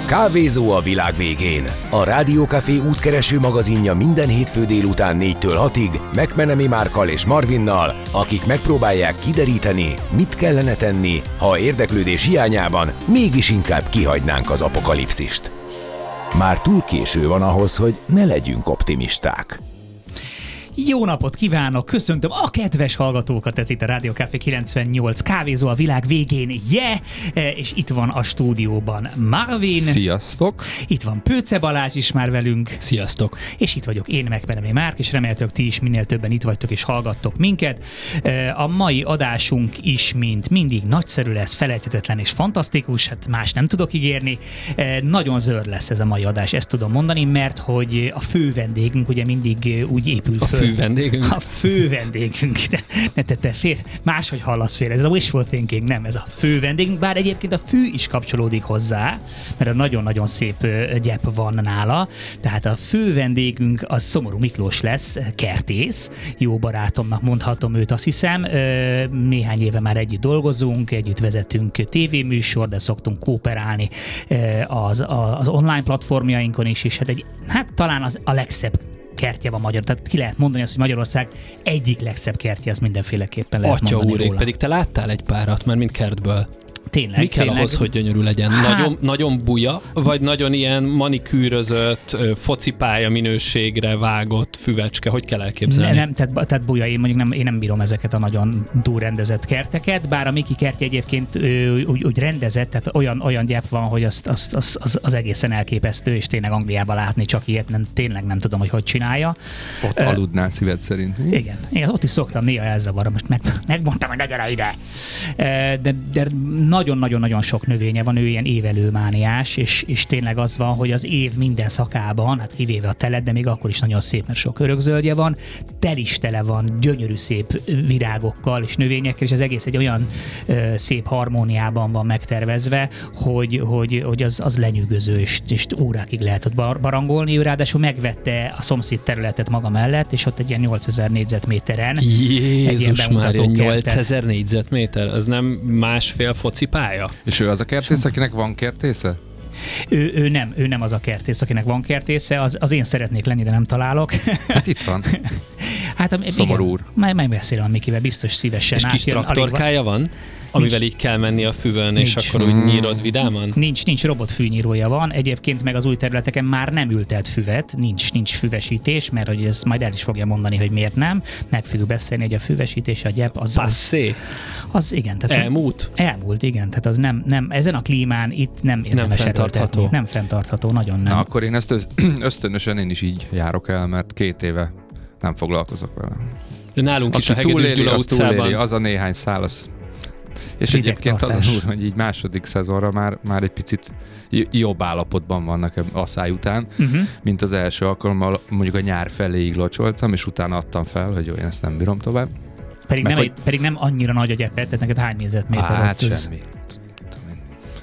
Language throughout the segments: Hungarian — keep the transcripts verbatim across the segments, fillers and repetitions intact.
Kávézó a világ végén. A Rádiókafé útkereső magazinja minden hétfő délután négytől hatig McMenemy Márkkal és Marvinnal, akik megpróbálják kideríteni, mit kellene tenni, ha érdeklődés hiányában mégis inkább kihagynánk az apokalipszist. Már túl késő van ahhoz, hogy ne legyünk optimisták. Jó napot kívánok, köszöntöm a kedves hallgatókat, ez itt a Rádiókafé kilencvennyolc, kávézó a világ végén, yeah! És itt van a stúdióban Marvin. Sziasztok! Itt van Pőce Balázs is már velünk. Sziasztok! És itt vagyok én, McMenemy Márk, és remélhetőleg ti is minél többen itt vagytok és hallgattok minket. A mai adásunk is, mint mindig, nagyszerű lesz, felejthetetlen és fantasztikus, hát más nem tudok ígérni. Nagyon zöld lesz ez a mai adás, ezt tudom mondani, mert hogy a fő vendégünk ugye mindig úgy épül a föl. Fő vendégünk? A fő vendégünk. De, ne te, te fél, máshogy hallasz félre. Ez a wishful thinking, nem, ez a fő vendégünk, bár egyébként a fű is kapcsolódik hozzá, mert a nagyon-nagyon szép gyep van nála. Tehát a fő vendégünk az Szomorú Miklós lesz, kertész. Jó barátomnak mondhatom őt, azt hiszem. Néhány éve már együtt dolgozunk, együtt vezetünk tévéműsor, de szoktunk kooperálni az, az online platformjainkon is, és hát, egy, hát talán az a legszebb kertje van magyar. Tehát ki lehet mondani azt, hogy Magyarország egyik legszebb kertje, az mindenféleképpen lehet Atya mondani úrék, róla. pedig te láttál egy párat, már mint kertből. Tényleg, Mi kell tényleg. ahhoz, hogy gyönyörű legyen? Hát- Nagyon, nagyon buja, vagy nagyon ilyen manikűrözött, ö, focipálya minőségre vágott füvecske? Hogy kell elképzelni? Ne, nem, tehát, tehát buja, én mondjuk nem, én nem bírom ezeket a nagyon túlrendezett kerteket, bár a Miki kertje egyébként ő, úgy, úgy rendezett, tehát olyan, olyan gyep van, hogy azt, azt, az, az, az egészen elképesztő, és tényleg Angliában látni csak ilyet, nem, tényleg nem tudom, hogy hogy csinálja. Ott Ö, aludnál szíved szerint. Igen, én ott is szoktam, néha elzavarom, most meg, megmondtam, hogy ne gyere ide. De, de nagyon-nagyon-nagyon sok növénye van, ő ilyen évelőmániás, és, és tényleg az van, hogy az év minden szakában, hát kivéve a telet, de még akkor is nagyon szép, mert sok örökzöldje van, tel is tele van gyönyörű szép virágokkal és növényekkel, és az egész egy olyan ö, szép harmóniában van megtervezve, hogy, hogy, hogy az, az lenyűgöző, és, és órákig lehet ott bar- barangolni. Ő ráadásul megvette a szomszéd területet maga mellett, és ott egy ilyen nyolcezer négyzetméteren Jézus már, bemutató nyolcezer négyzetméter, az nem másfél focipálya? És ő az a kertész, akinek van kertésze? Ő, ő, nem, ő nem az a kertész, akinek van kertésze, az, az én szeretnék lenni, de nem találok. Hát itt van. Hát, Szomorú úr. Majd megbeszélem a Mikivel, biztos szívesen. És kis átjön, alig traktorkája van? Amivel Nincs. így kell menni a füvön, és Nincs. akkor úgy nyírod vidáman? Nincs, nincs robotfűnyírója van, egyébként meg az új területeken már nem ültelt füvet, nincs, nincs füvesítés, mert hogy ezt majd el is fogja mondani, hogy miért nem. Meg fogjuk beszélni, hogy a füvesítés, a gyep, az, az, Passzé? az igen. Tehát Elmúlt? Elmúlt, igen. Tehát az nem, nem, ezen a klímán itt nem érdemes fenntartható. erőltetni. Nem fenntartható, nagyon nem. Na akkor én ezt ösztönösen én is így járok el, mert két éve nem foglalkozok vele. De nálunk is a Aki Hegedűs túléli, Gyula az túléli, utcában. az a néhány szál, az... És Rideg egyébként az tartás. az úr, hogy így második szezonra már, már egy picit jobb állapotban vannak a száj után, Uh-huh. mint az első alkalommal, mondjuk a nyár feléig locsoltam, és utána adtam fel, hogy jó, én ezt nem bírom tovább. Pedig Meg nem, hogy- egy, pedig nem annyira nagy a gyepet, tehát neked hány négyzetméter? Hát ott? Ez- semmi. Tudom én.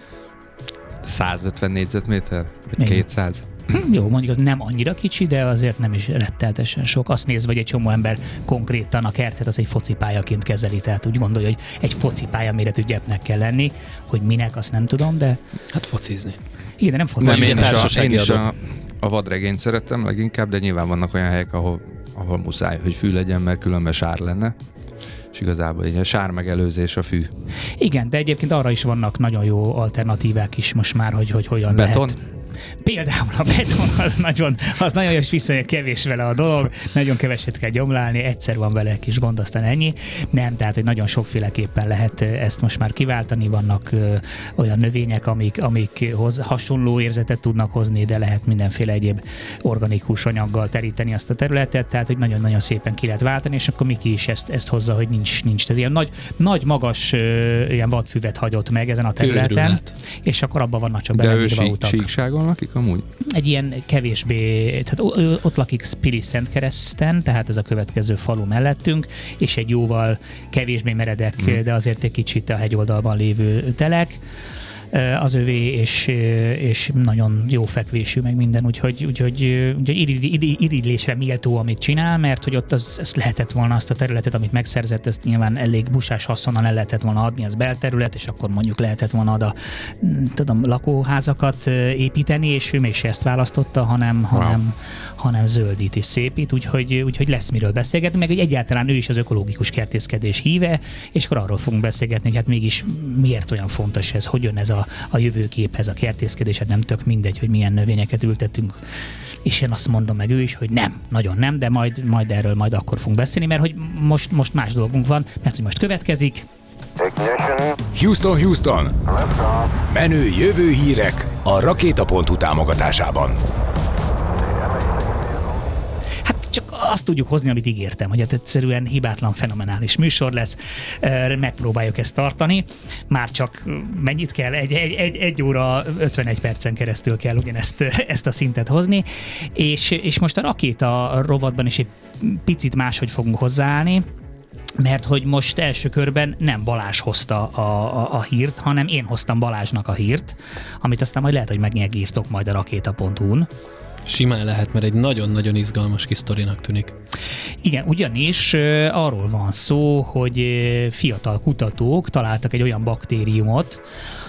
százötven négyzetméter? Vagy Igen. kétszáz? Hm, jó, mondjuk az nem annyira kicsi, de azért nem is retteltesen sok. Azt nézve, hogy egy csomó ember konkrétan a kertet az egy focipályaként kezeli, tehát úgy gondolja, hogy egy focipálya méretű gyepnek kell lenni, hogy minek, azt nem tudom, de Hát focizni. igen, de nem Nem, foci. mi én a is, a, társasági én is adó? a, a vadregényt szeretem leginkább, de nyilván vannak olyan helyek, ahol, ahol muszáj, hogy fű legyen, mert különben sár lenne. És igazából egy sár megelőzés a fű. Igen, de egyébként arra is vannak nagyon jó alternatívák is most már, hogy, hogy hogyan Beton? lehet. Például a beton az nagyon, az nagyon jó, és viszonylag kevés vele a dolog, nagyon keveset kell gyomlálni, egyszer van vele egy kis gond, aztán ennyi. Nem, tehát, hogy nagyon sokféleképpen lehet ezt most már kiváltani, vannak ö, olyan növények, amik, amik hoz, hasonló érzetet tudnak hozni, de lehet mindenféle egyéb organikus anyaggal teríteni azt a területet, tehát, hogy nagyon-nagyon szépen ki lehet váltani, és akkor Miki is ezt, ezt hozza, hogy nincs, nincs. Tehát ilyen nagy, nagy magas ö, ilyen vadfüvet hagyott meg ezen a területen, Őrület. és akkor abban vannak csak De ő beleírva sík, utak. síkságon lakik amúgy? Egy ilyen kevésbé, tehát o- ö- ott lakik Pilis-Szentkereszten, tehát ez a következő falu mellettünk, és egy jóval kevésbé meredek, Mm. de azért egy kicsit a hegyoldalban lévő telek. az övé, és, és nagyon jó fekvésű, meg minden, úgyhogy, úgyhogy, úgyhogy irigylésre méltó, amit csinál, mert hogy ott az, az lehetett volna azt a területet, amit megszerzett, ezt nyilván elég busás haszonnal el lehetett volna adni, az belterület, és akkor mondjuk lehetett volna oda, tudom, lakóházakat építeni, és ő mégse ezt választotta, hanem, wow. hanem, hanem zöldít és szépít, úgyhogy, úgyhogy lesz miről beszélgetni, meg hogy egyáltalán ő is az ökológikus kertészkedés híve, és akkor arról fogunk beszélgetni, hogy hát mégis miért olyan fontos ez, hogy jön ez a, a jövőképhez a kertészkedés, hát nem tök mindegy, hogy milyen növényeket ültetünk, és én azt mondom meg ő is, hogy nem, nagyon nem, de majd, majd erről majd akkor fogunk beszélni, mert hogy most, most más dolgunk van, mert hogy most következik. Houston, Houston! Menő jövő hírek a Rakéta pont hu támogatásában. Hát csak azt tudjuk hozni, amit ígértem, hogy hát egyszerűen hibátlan, fenomenális műsor lesz. Megpróbáljuk ezt tartani. Már csak mennyit kell? Egy, egy, egy, egy óra ötvenegy percen keresztül kell ugyanezt ezt a szintet hozni. És, és most a Rakéta rovatban is egy picit máshogy fogunk hozzáállni, mert hogy most első körben nem Balázs hozta a, a, a hírt, hanem én hoztam Balázsnak a hírt, amit aztán majd lehet, hogy megnyegírtok majd a rakéta pont hu-n. Simán lehet, mert egy nagyon-nagyon izgalmas kis sztorinak tűnik. Igen, ugyanis uh, arról van szó, hogy uh, fiatal kutatók találtak egy olyan baktériumot,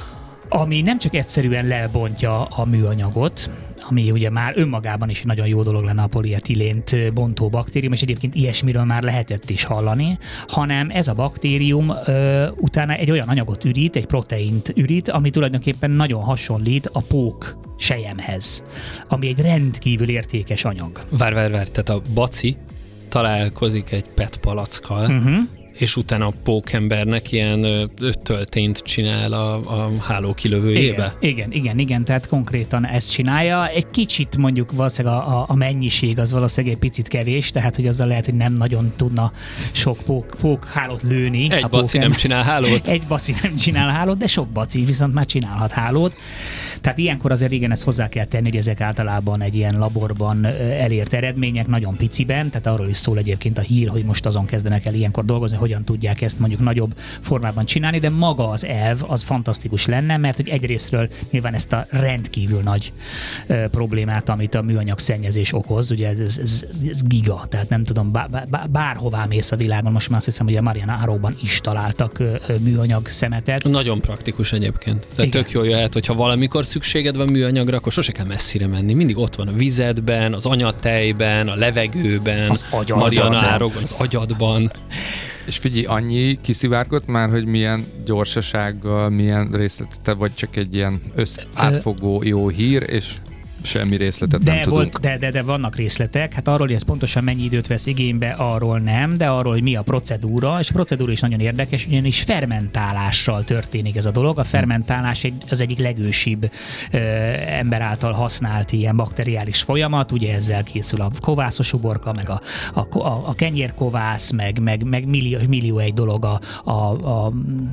ami nem csak egyszerűen lebontja a műanyagot, ami ugye már önmagában is egy nagyon jó dolog lenne a polietilént bontó baktérium, és egyébként ilyesmiről már lehetett is hallani, hanem ez a baktérium ö, utána egy olyan anyagot ürít, egy proteint ürít, ami tulajdonképpen nagyon hasonlít a pók selyemhez, ami egy rendkívül értékes anyag. Vár, vár, vár, tehát a baci találkozik egy pé é té palackkal, uh-huh. és utána a pókembernek ilyen ö, töltényt csinál a, a háló kilövőjébe? Igen, igen, igen, igen, tehát konkrétan ezt csinálja. Egy kicsit mondjuk valószínűleg a, a mennyiség az valószínűleg egy picit kevés, tehát hogy azzal lehet, hogy nem nagyon tudna sok pók, pók hálót lőni. Egy baci nem csinál hálót? Egy baci nem csinál hálót, de sok baci viszont már csinálhat hálót. Tehát ilyenkor azért igen, ezt hozzá kell tenni, hogy ezek általában egy ilyen laborban elért eredmények, nagyon piciben, tehát arról is szól egyébként a hír, hogy most azon kezdenek el ilyenkor dolgozni, hogyan tudják ezt mondjuk nagyobb formában csinálni, de maga az elv az fantasztikus lenne, mert hogy egyrésztről nyilván ezt a rendkívül nagy ö, problémát, amit a műanyag szennyezés okoz, ugye ez, ez, ez giga, tehát nem tudom, bá, bá, bárhová mész a világon, most már azt hiszem, hogy a Mariana Arrowban is találtak ö, műanyag szemetet. Nagyon praktikus egyébként. Tehát tök jól jöhet, hogyha valamikor szükséged van műanyagra, akkor sose kell messzire menni. Mindig ott van a vizedben, az anyatejben, a levegőben, az Mariana Arrowban, az agyadban. És figyelj, annyi kiszivárgott már, hogy milyen gyorsasággal, milyen részletet, vagy csak egy ilyen össze, átfogó jó hír, és semmi részletet de nem volt, tudunk. De, de, de vannak részletek, hát arról, hogy ez pontosan mennyi időt vesz igénybe, arról nem, de arról, hogy mi a procedúra, és a procedúra is nagyon érdekes, ugyanis fermentálással történik ez a dolog. A fermentálás egy, az egyik legősibb ö, ember által használt ilyen bakteriális folyamat, ugye ezzel készül a kovászos uborka, meg a, a, a, a kenyérkovász, meg, meg, meg millió, millió egy dolog a, a, a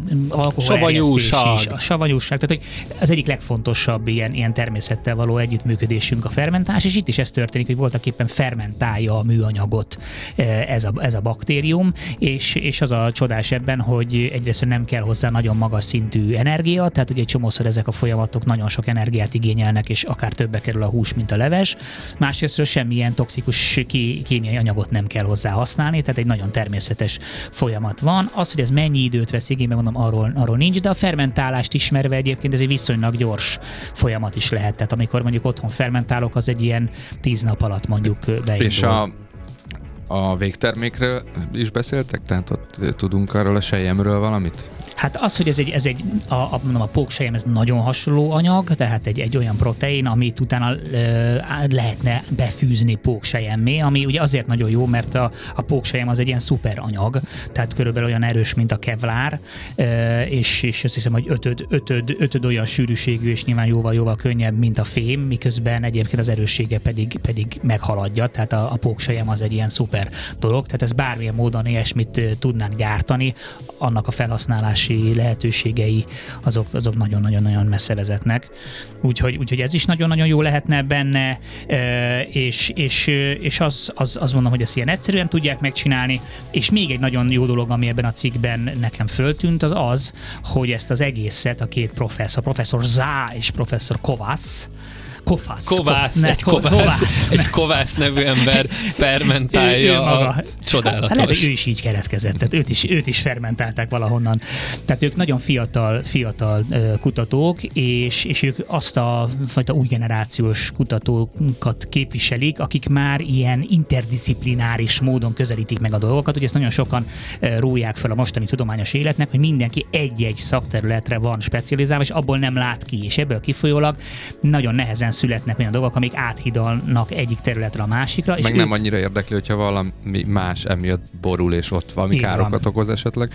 alkoholerjesztés is, a savanyúság, tehát hogy az egyik legfontosabb ilyen, ilyen természettel való együttműködés a fermentálás, és itt is ez történik, hogy voltaképpen fermentálja a műanyagot ez a, ez a baktérium, és, és az a csodás ebben, hogy egyrészt nem kell hozzá nagyon magas szintű energia, tehát ugye egy csomószor ezek a folyamatok nagyon sok energiát igényelnek, és akár többe kerül a hús, mint a leves. Másrésztről semmilyen toxikus kémiai anyagot nem kell hozzá használni, tehát egy nagyon természetes folyamat van. Az, hogy ez mennyi időt vesz igénybe, mondom, arról, arról nincs, de a fermentálást ismerve egyébként ez egy viszonylag gyors folyamat is lehet. Tehát amikor mondjuk otthon fermentálok, az egy ilyen tíz nap alatt mondjuk beindul. És a, a végtermékről is beszéltek? Tehát ott tudunk arról a selyemről valamit? Hát az, hogy ez egy, ez egy a, a, mondom, a pókselyem, ez nagyon hasonló anyag, tehát egy, egy olyan protein, amit utána ö, lehetne befűzni pókselyemmé, ami ugye azért nagyon jó, mert a, a pókselyem az egy ilyen szuper anyag, tehát körülbelül olyan erős, mint a kevlár, ö, és, és azt hiszem, hogy ötöd, ötöd, ötöd olyan sűrűségű, és nyilván jóval-jóval könnyebb, mint a fém, miközben egyébként az erőssége pedig, pedig meghaladja, tehát a, a pókselyem az egy ilyen szuper dolog, tehát ez bármilyen módon ilyesmit tudnánk gyártani, annak a felhasználás alkalmazási lehetőségei azok, azok nagyon-nagyon-nagyon messze vezetnek. Úgyhogy, úgyhogy ez is nagyon-nagyon jó lehetne benne, és, és, és az, az, az mondom, hogy ezt ilyen egyszerűen tudják megcsinálni, és még egy nagyon jó dolog, ami ebben a cikkben nekem föltűnt, az az, hogy ezt az egészet a két professzor, professzor Zá és professzor Kovács, Kovász. Kovász, egy kovász, egy kovász nevű ember fermentálja ő, ő a csodálatos. Hát lehet, hogy ő is így keletkezett, tehát őt is, őt is fermentálták valahonnan. Tehát ők nagyon fiatal, fiatal kutatók, és, és ők azt a fajta új generációs kutatókat képviselik, akik már ilyen interdisziplináris módon közelítik meg a dolgokat. Ugye ezt nagyon sokan róják fel a mostani tudományos életnek, hogy mindenki egy-egy szakterületre van specializálva, és abból nem lát ki, és ebből kifolyólag nagyon nehezen születnek olyan dolgok, amik áthidalnak egyik területre a másikra. Meg és nem ő... annyira érdekli, hogyha valami más emiatt borul, és ott valami így károkat van. Okoz esetleg.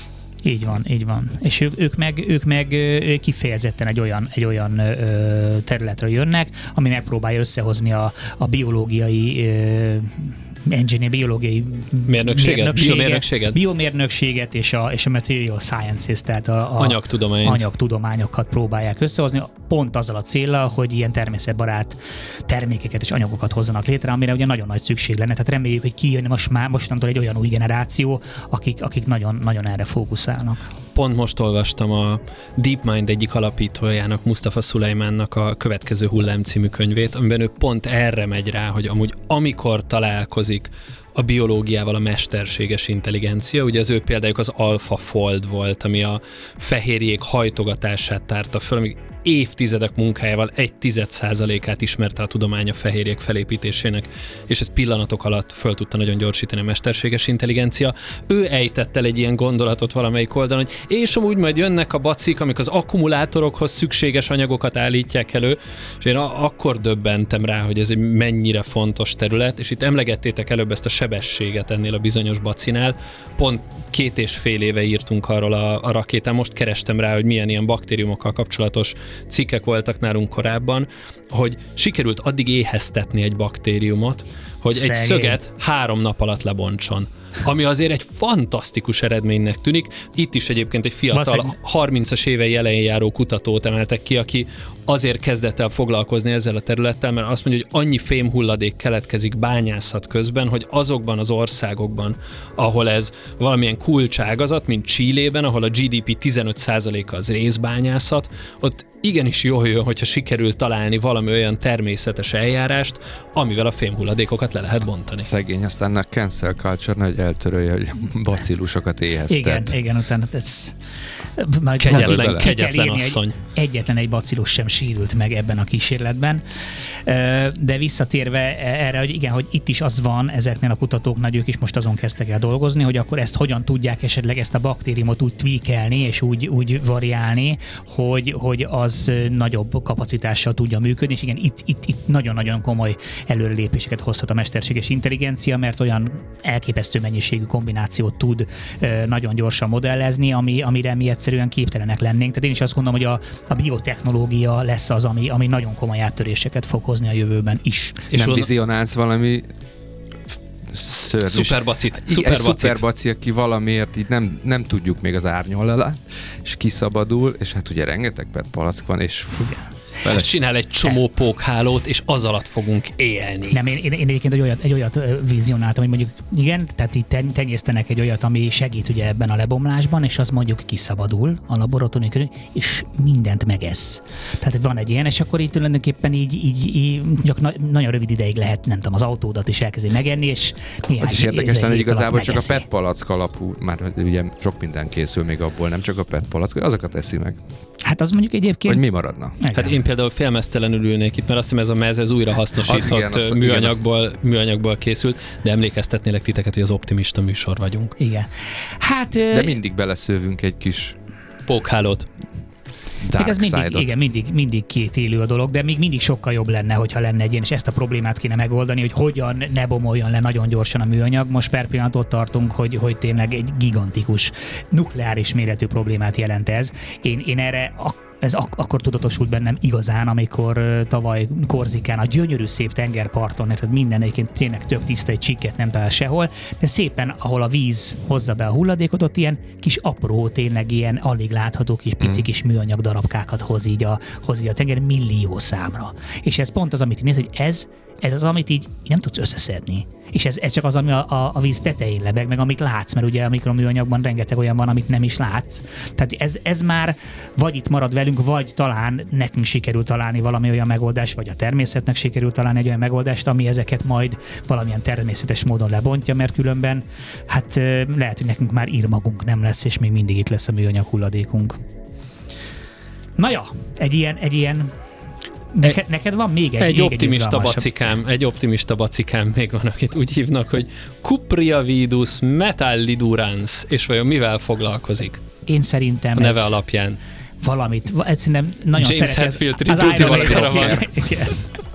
Így van, így van. És ők, ők, meg, ők meg kifejezetten egy olyan, egy olyan ö, területre jönnek, ami megpróbálja összehozni a, a biológiai ö, engineer, biológiai mérnökséget, mérnökséget, biomérnökséget, biomérnökséget és a, és a material sciences, tehát a, a anyagtudományt. anyagtudományokat próbálják összehozni, pont azzal a céllal, hogy ilyen természetbarát termékeket és anyagokat hozzanak létre, amire ugye nagyon nagy szükség lenne. Tehát reméljük, hogy kijön most már mostantól egy olyan új generáció, akik, akik nagyon, nagyon erre fókuszálnak. Pont most olvastam a DeepMind egyik alapítójának, Mustafa Szulejmánnak a Következő hullám című könyvét, amiben ő pont erre megy rá, hogy amúgy amikor találkozik a biológiával a mesterséges intelligencia, ugye az ő példájuk az AlphaFold volt, ami a fehérjék hajtogatását tárta föl, amíg évtizedek munkájával egy tized százalékát ismerte a tudomány a fehérjék felépítésének, és ez pillanatok alatt föl tudta nagyon gyorsítani a mesterséges intelligencia. Ő ejtett el egy ilyen gondolatot valamelyik oldalon, hogy és amúgy majd jönnek a bacik, amik az akkumulátorokhoz szükséges anyagokat állítják elő, és én a- akkor döbbentem rá, hogy ez egy mennyire fontos terület, és itt emlegettétek előbb ezt a sebességet ennél a bizonyos bacinál. Pont két és fél éve írtunk arról a, a rakétán, most kerestem rá, hogy milyen ilyen baktériumokkal kapcsolatos cikkek voltak nálunk korábban, hogy sikerült addig éheztetni egy baktériumot, hogy Szegény. egy szöget három nap alatt lebontson. Ami azért egy fantasztikus eredménynek tűnik. Itt is egyébként egy fiatal, harmincas évei elején járó kutatót emeltek ki, aki azért kezdett el foglalkozni ezzel a területtel, mert azt mondja, hogy annyi fémhulladék keletkezik bányászat közben, hogy azokban az országokban, ahol ez valamilyen kulcságazat, mint Chilében, ahol a gé dé pé tizenöt százaléka az részbányászat, ott igenis jól jön, hogyha sikerül találni valami olyan természetes eljárást, amivel a fémhulladékokat le lehet bontani. Szegény, aztán a cancel culture nagy eltörölje, hogy bacillusokat éheztet. Igen, igen, utána ez... Kegyetlen, kegyetlen asszony. Egy, egyetlen egy bacillus sem sérült meg ebben a kísérletben. De visszatérve erre, hogy igen, hogy itt is az van ezeknél a kutatóknál, ők is most azon kezdtek el dolgozni, hogy akkor ezt hogyan tudják esetleg ezt a baktériumot úgy tweakelni és úgy, úgy variálni, hogy, hogy az nagyobb kapacitással tudja működni, és igen, itt, itt, itt nagyon-nagyon komoly előrelépéseket hozhat a mesterséges intelligencia, mert olyan elképesztő mennyiségű kombinációt tud nagyon gyorsan modellezni, ami, amire mi egyszerűen képtelenek lennénk. Tehát én is azt gondolom, hogy a, a biotechnológia lesz az, ami, ami nagyon komoly áttöréseket fog hozni a jövőben is. És nem vizionálsz valami szörnyű. Szuperbacit. Szuperbaci, aki valamiért így nem, nem tudjuk még az árnyol alá, és kiszabadul, és hát ugye rengeteg pet palack van, és és csinál egy csomó pókhálót, és az alatt fogunk élni. Nem, én, én, én egyébként egy olyat, egy olyat vizionáltam, hogy mondjuk igen, tehát itt tenyésztenek egy olyat, ami segít ugye ebben a lebomlásban, és az mondjuk kiszabadul a laboratórium körül, és mindent megesz. Tehát van egy ilyen, és akkor így tulajdonképpen így, így, így csak na, nagyon rövid ideig lehet, nem tudom, az autódat is elkezdi megenni, és néhány az is érdekes lenne, hogy igazából csak a megeszi. pet palack alapú, már ugye sok minden készül még abból, nem csak a pet palack, azokat eszi meg. Hát az mondjuk egyébként... Hogy mi maradna? Igen. Hát én például félmeztelenül ülnék itt, mert azt hiszem ez a mez, ez újra hasznosított az igen, az, műanyagból, műanyagból készült, de emlékeztetnélek titeket, hogy az optimista műsor vagyunk. Igen. Hát... De mindig beleszövünk egy kis pókhálót. Dark ez mindig, side-ot. igen, mindig, mindig két élő a dolog, de még mindig sokkal jobb lenne, hogyha lenne egy ilyen, és ezt a problémát kéne megoldani, hogy hogyan ne bomoljon le nagyon gyorsan a műanyag. Most per pillanat ott tartunk, hogy, hogy tényleg egy gigantikus, nukleáris méretű problémát jelent ez. Én, én erre a ez ak- akkor tudatosult bennem igazán, amikor uh, tavaly Korzikán a gyönyörű szép tengerparton, tehát minden egyébként tényleg tök tiszta, egy csikket nem talál sehol, de szépen, ahol a víz hozza be a hulladékot, ott ilyen kis apró, tényleg ilyen alig látható kis pici kis műanyag darabkákat hoz így a, hoz így a tenger millió számra. És ez pont az, amit néz, hogy ez Ez az, amit így nem tudsz összeszedni. És ez, ez csak az, ami a, a, a víz tetején lebeg, meg amit látsz, mert ugye a mikroműanyagban rengeteg olyan van, amit nem is látsz. Tehát ez, ez már vagy itt marad velünk, vagy talán nekünk sikerül találni valami olyan megoldást, vagy a természetnek sikerül találni egy olyan megoldást, ami ezeket majd valamilyen természetes módon lebontja, mert különben hát lehet, hogy nekünk már írmagunk nem lesz, és még mindig itt lesz a műanyag hulladékunk. Na ja, egy ilyen, egy ilyen Neked, neked van még egy, egy még optimista egy bacikám, egy optimista bacikám még van, akit úgy hívnak, hogy Cupriavidus metallidurans, és vajon mivel foglalkozik? Én szerintem a neve ez alapján. Valamit, szerintem nagyon James szeretem. Hetfield tripúzi valamire van. Igen.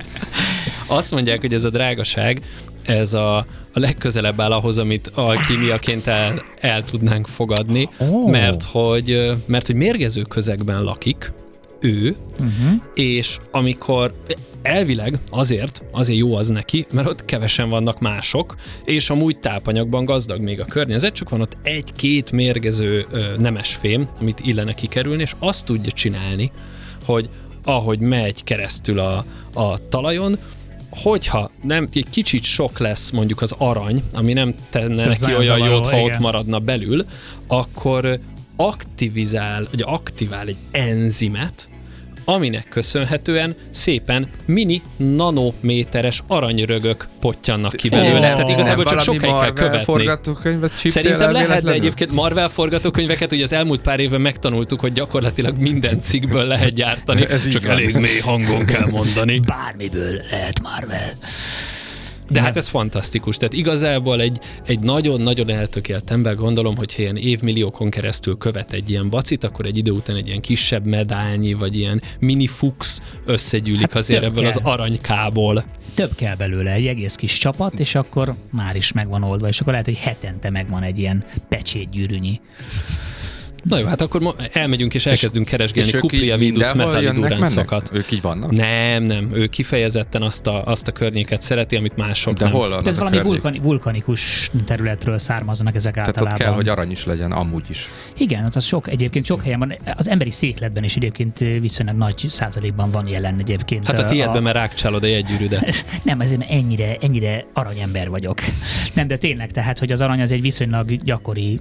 Azt mondják, hogy ez a drágaság, ez a, a legközelebb áll ahhoz, amit alkímiaként el, el tudnánk fogadni, oh. mert, hogy, mert hogy mérgező közegben lakik, ő, uh-huh. és amikor elvileg azért, azért jó az neki, mert ott kevesen vannak mások, és amúgy tápanyagban gazdag még a környezet, csak van ott egy-két mérgező ö, nemesfém, amit illene kikerülni, és azt tudja csinálni, hogy ahogy megy keresztül a, a talajon, hogyha nem, egy kicsit sok lesz mondjuk az arany, ami nem tenne ez neki olyan jót, ha igen. ott maradna belül, akkor aktivizál, vagy aktivál egy enzimet, aminek köszönhetően szépen mini nanométeres aranyrögök pottyannak ki belőle. Oh. Tehát igazából csak sokáig kell követni. Forgatókönyvet Szerintem lehet, de egyébként Marvel forgatókönyveket, ugye az elmúlt pár évben megtanultuk, hogy gyakorlatilag minden cikkből lehet gyártani, ez csak elég mély hangon kell mondani. Bármiből lehet Marvel. De hát ez fantasztikus. Tehát igazából egy, egy nagyon-nagyon eltökélt ember, gondolom, hogyha ilyen évmilliókon keresztül követ egy ilyen bacit, akkor egy idő után egy ilyen kisebb medálnyi, vagy ilyen mini fux összegyűlik hát azért ebből kell. Az aranykából. Több kell belőle, egy egész kis csapat, és akkor már is megvan oldva, és akkor lehet, hogy hetente megvan egy ilyen pecsétgyűrűnyi. Na jó, hát akkor elmegyünk és elkezdünk és, keresgélni Cupriavidus metalliduranszokat. Ők így vannak? Nem, nem. Ő kifejezetten azt a, azt a környéket szereti, amit mások de nem. Hol de ez valami vulkani, vulkanikus területről származnak ezek tehát általában. Tehát ott kell, hogy arany is legyen, amúgy is. Igen, az sok, egyébként sok helyen van. Az emberi székletben is egyébként viszonylag nagy százalékban van jelen egyébként. Hát a tiédben már rákcsálod egy gyűrűdet. Nem, azért mert ennyire, ennyire aranyember vagyok. Nem, de tényleg, tehát, hogy az arany az egy viszonylag gyakori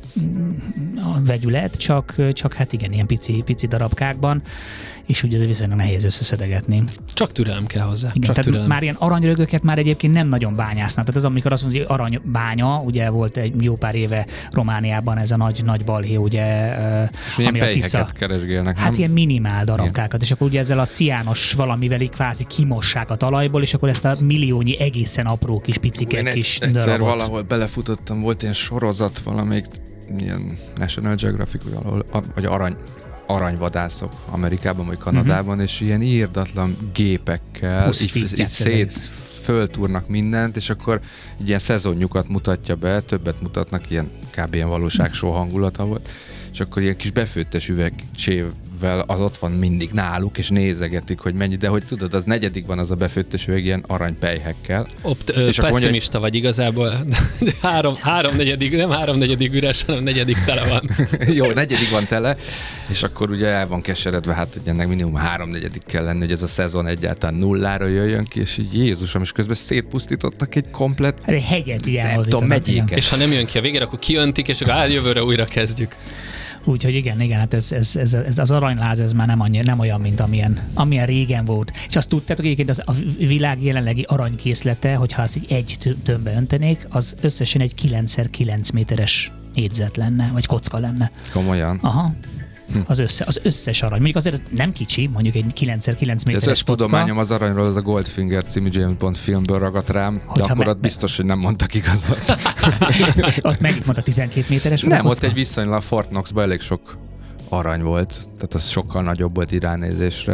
vegyület, csak, csak hát igen, ilyen pici, pici darabkákban, és úgy ez viszonylag nehéz összeszedegetni. Csak türelem kell hozzá. Igen, csak tehát türelem. Már ilyen aranyrögöket már egyébként nem nagyon bányásznak. Tehát az, amikor azt mondja, hogy aranybánya, ugye volt egy jó pár éve Romániában ez a nagy, nagy balhé, ugye, ami a Tisza. Keresgélnek, hát nem? Ilyen minimál darabkákat, igen. És akkor ugye ezzel a ciános valamivel így kvázi kimossák a talajból, és akkor ezt a milliónyi egészen apró kis picike kis egy, egyszer darabot. valahol belefutottam, volt ilyen sorozat valamelyik ilyen National Geographic, valahol, vagy arany, aranyvadászok Amerikában vagy Kanadában, uh-huh. és ilyen írdatlan gépekkel így, így szét föltúrnak mindent, és akkor így ilyen szezonjukat mutatja be, többet mutatnak, ilyen kb. Ilyen valóságshow hangulata volt, és akkor ilyen kis befőttes üvegcsévvel az ott van mindig náluk, és nézegetik, hogy mennyi, de hogy tudod, az negyedik van az a befőttes üveg ilyen aranypelyhekkel. Opt, ö, és pessimista mondja, vagy igazából, három, háromnegyedik, nem háromnegyedik üres, hanem negyedik tele van. Jó, negyedik van tele, és akkor ugye el van keseredve, hát hogy ennek minimum háromnegyedik kell lenni, hogy ez a szezon egyáltalán nullára jöjjön ki, és így Jézusom, és közben szétpusztítottak egy komplet hát egy hegyet nem tudom, megyéket. És ha nem jön ki a végére, akkor kijöntik, és akkor áll, jövőre újra kezdjük. Úgyhogy igen, igen, hát ez, ez, ez, ez az aranyláz, ez már nem, annyi, nem olyan, mint amilyen, amilyen régen volt. És azt tudtátok, egyébként az, a világ jelenlegi aranykészlete, hogyha azt így egy tömbbe öntenék, az összesen egy kilenc szer kilenc méteres négyzet lenne, vagy kocka lenne. Komolyan? Aha. Az, össze, az összes arany. Mondjuk azért nem kicsi, mondjuk egy kilenc szer kilenc méteres kocka. Ez tudományom az aranyról, az a Goldfinger című James Bond filmből ragadt rám, de akkor ott biztos, hogy nem mondtak igazat. Ott megint mondta tizenkét méteres Nem, ott egy viszonylag Fort Knoxban elég sok arany volt, tehát az sokkal nagyobb volt iránynézésre.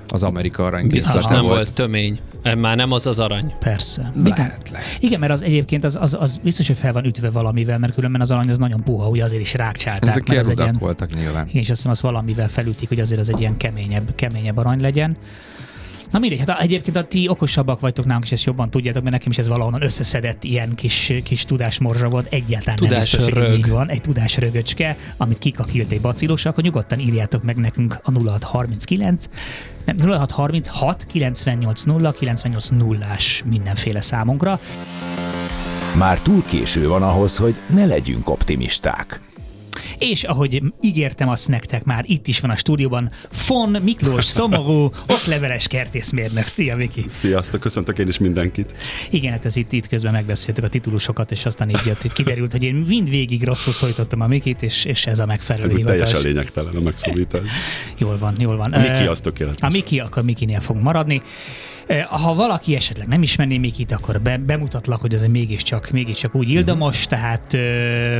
Az Amerika arany Biztos biztos nem volt. volt tömény. Már nem az az arany. Persze. Lehet, Igen. lehet. Igen, mert az egyébként az, az, az biztos, hogy fel van ütve valamivel, mert különben az arany az nagyon puha, ugye azért is rákcsálták. Ezek mert ilyen ez egy rudak ilyen, voltak nyilván. igen, és azt hiszem, azt valamivel felütik, hogy azért az egy ilyen keményebb, keményebb arany legyen. Na mindegy, hát egyébként a ti okosabbak vagytok nálunk, és ezt jobban tudjátok, mert nekem is ez valahonnan összeszedett ilyen kis, kis tudásmorzsa volt. Egyáltalán nem biztos, hogy ez így van. Egy tudásrögöcske, amit kikakilt egy bacillus, akkor nyugodtan írjátok meg nekünk a nulla hat harminckilenc, nem, nulla hat harminchat kilencvennyolc nulla kilencvennyolc nullás mindenféle számunkra. Már túl késő van ahhoz, hogy ne legyünk optimisták. És ahogy ígértem azt nektek, már itt is van a stúdióban Fon Miklós Szomorú, okleveles kertészmérnök. Szia, Miki! Sziasztok, köszöntök én is mindenkit. Igen, hát ez itt, itt közben megbeszéltük a titulusokat, és aztán így jött, hogy kiderült, hogy én mindvégig rosszul szólítottam a Mikit, és, és ez a megfelelő Ez hivatás. teljesen lényegtelen a megszólítás. Jól van, jól van. A Miki az tökéletes. A Miki, akkor Mikinél fog maradni. Ha valaki esetleg nem ismerné Mikit, akkor be, bemutatlak, hogy ez mégiscsak, mégiscsak úgy ildomos, tehát... Ö,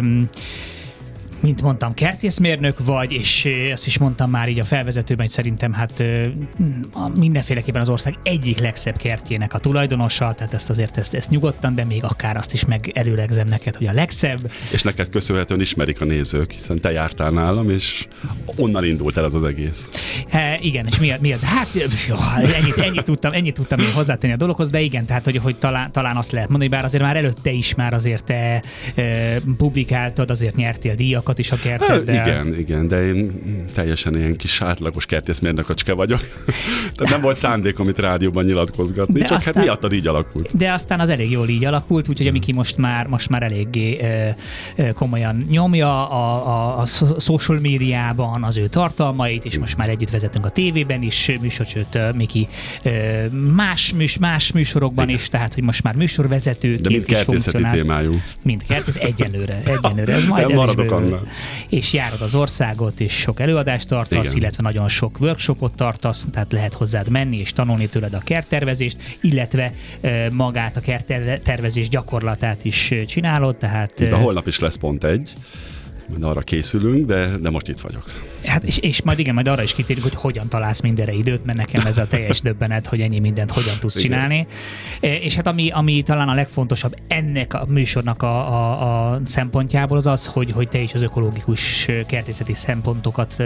mint mondtam, kertészmérnök vagy, és azt is mondtam már így a felvezetőben, hogy szerintem hát mindenféleképpen az ország egyik legszebb kertjének a tulajdonosa, tehát ezt azért ezt, ezt nyugodtan, de még akár azt is megelőlegzem neked, hogy a legszebb. És neked köszönhetően ismerik a nézők, hiszen te jártál nálam, és onnan indult el az az egész. E, igen, és mi, mi az? Hát jó, ennyit, ennyit, tudtam, ennyit tudtam még hozzátenni a dologhoz, de igen, tehát hogy, hogy talán, talán azt lehet mondani, bár azért már előtte is már azért te e, publikáltad, azért nyertél díjakat is a kerteddel. Hát, igen, igen, de én teljesen ilyen kis átlagos kertészmérnököcske vagyok. Tehát nem volt szándékom itt rádióban nyilatkozgatni, de csak aztán, hát miattad így alakult. De aztán az elég jól így alakult, úgyhogy a Miki most már, most már eléggé ö, ö, komolyan nyomja a, a, a social médiában az ő tartalmait, és most már együtt vezetünk a tévében is műsor, sőt Miki ö, más, műs, más műsorokban igen. is, tehát hogy most már műsorvezetőként de mind is funkcionál. témájú. Mind kertész, egyenlőre, egyenlőre. Ez majd ez maradok annál. És járod az országot, és sok előadást tartasz, igen. illetve nagyon sok workshopot tartasz, tehát lehet hozzád menni és tanulni tőled a kerttervezést, illetve e, magát a kerttervezés gyakorlatát is csinálod, tehát... De holnap is lesz pont egy, majd arra készülünk, de, de most itt vagyok. Hát és, és majd igen, majd arra is kitérünk, hogy hogyan találsz mindenre időt, mert nekem ez a teljes döbbenet, hogy ennyi mindent hogyan tudsz igen. csinálni. És hát ami, ami talán a legfontosabb ennek a műsornak a, a, a szempontjából az az, hogy, hogy te is az ökológikus kertészeti szempontokat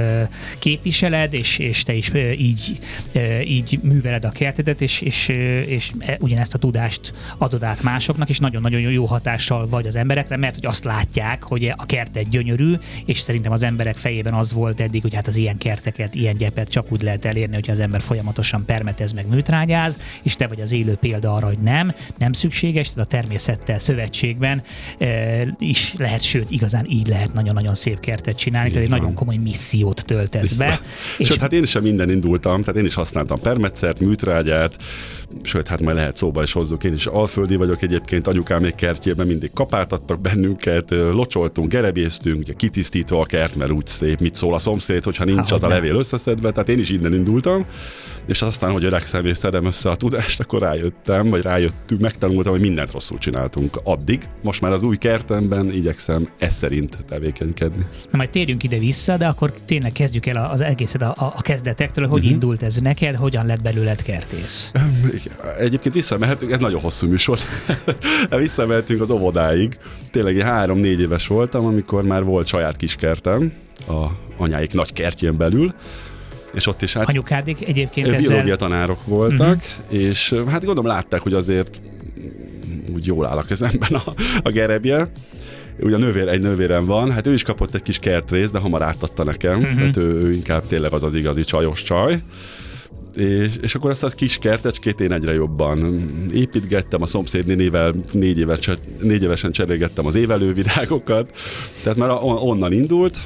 képviseled, és, és te is így, így műveled a kertedet, és, és, és ugyanezt a tudást adod át másoknak, és nagyon-nagyon jó hatással vagy az emberekre, mert hogy azt látják, hogy a kerted gyönyörű, és szerintem az emberek fejében az volt eddig, hogy hát az ilyen kerteket, ilyen gyepet csak úgy lehet elérni, hogyha az ember folyamatosan permetez meg műtrágyáz, és te vagy az élő példa arra, hogy nem, nem szükséges, tehát a természettel szövetségben e, is lehet, sőt, igazán így lehet nagyon-nagyon szép kertet csinálni, tehát egy nagyon komoly missziót töltesz be. És sőt, hát én is sem minden indultam, tehát én is használtam permetszert, műtrágyát, sőt, hát majd lehet szóba is hozzuk, én is alföldi vagyok egyébként, anyukám még kertjében mindig kapáltattak bennünket, locsoltunk, gerebéztünk, ugye kitisztítva a kert, mert úgy szép, mit szól a szomszéd, hogyha nincs az a levél összeszedve, tehát én is innen indultam, és aztán, hogy öregszem és szedem össze a tudást, akkor rájöttem, vagy rájöttünk, megtanultam, hogy mindent rosszul csináltunk addig. Most már az új kertemben igyekszem ez szerint tevékenykedni. Na majd térjünk ide vissza, de akkor tényleg kezdjük el az egészet a, a kezdetektől, hogy uh-huh. indult ez neked, hogyan lett belőled kertész? Egyébként visszamehetünk, ez nagyon hosszú műsor. Visszamehetünk az óvodáig. Tényleg három-négy éves voltam, amikor már volt saját kiskertem a anyáik nagy kertjén belül, és ott is hát... Anyukádék egyébként ezzel... Biológia tanárok voltak, uh-huh. és hát gondolom látták, hogy azért úgy jól áll a kezemben a, a gerebje. Ugye a nővér, egy nővérem van, hát ő is kapott egy kis kertrészt, de hamar átadta nekem, uh-huh. tehát ő, ő inkább tényleg az az igazi csajos csaj. És, és akkor azt a kis kertecskét én egyre jobban építgettem, a szomszéd nénivel négy, éves, négy évesen cserélgettem az évelővirágokat, tehát már onnan indult,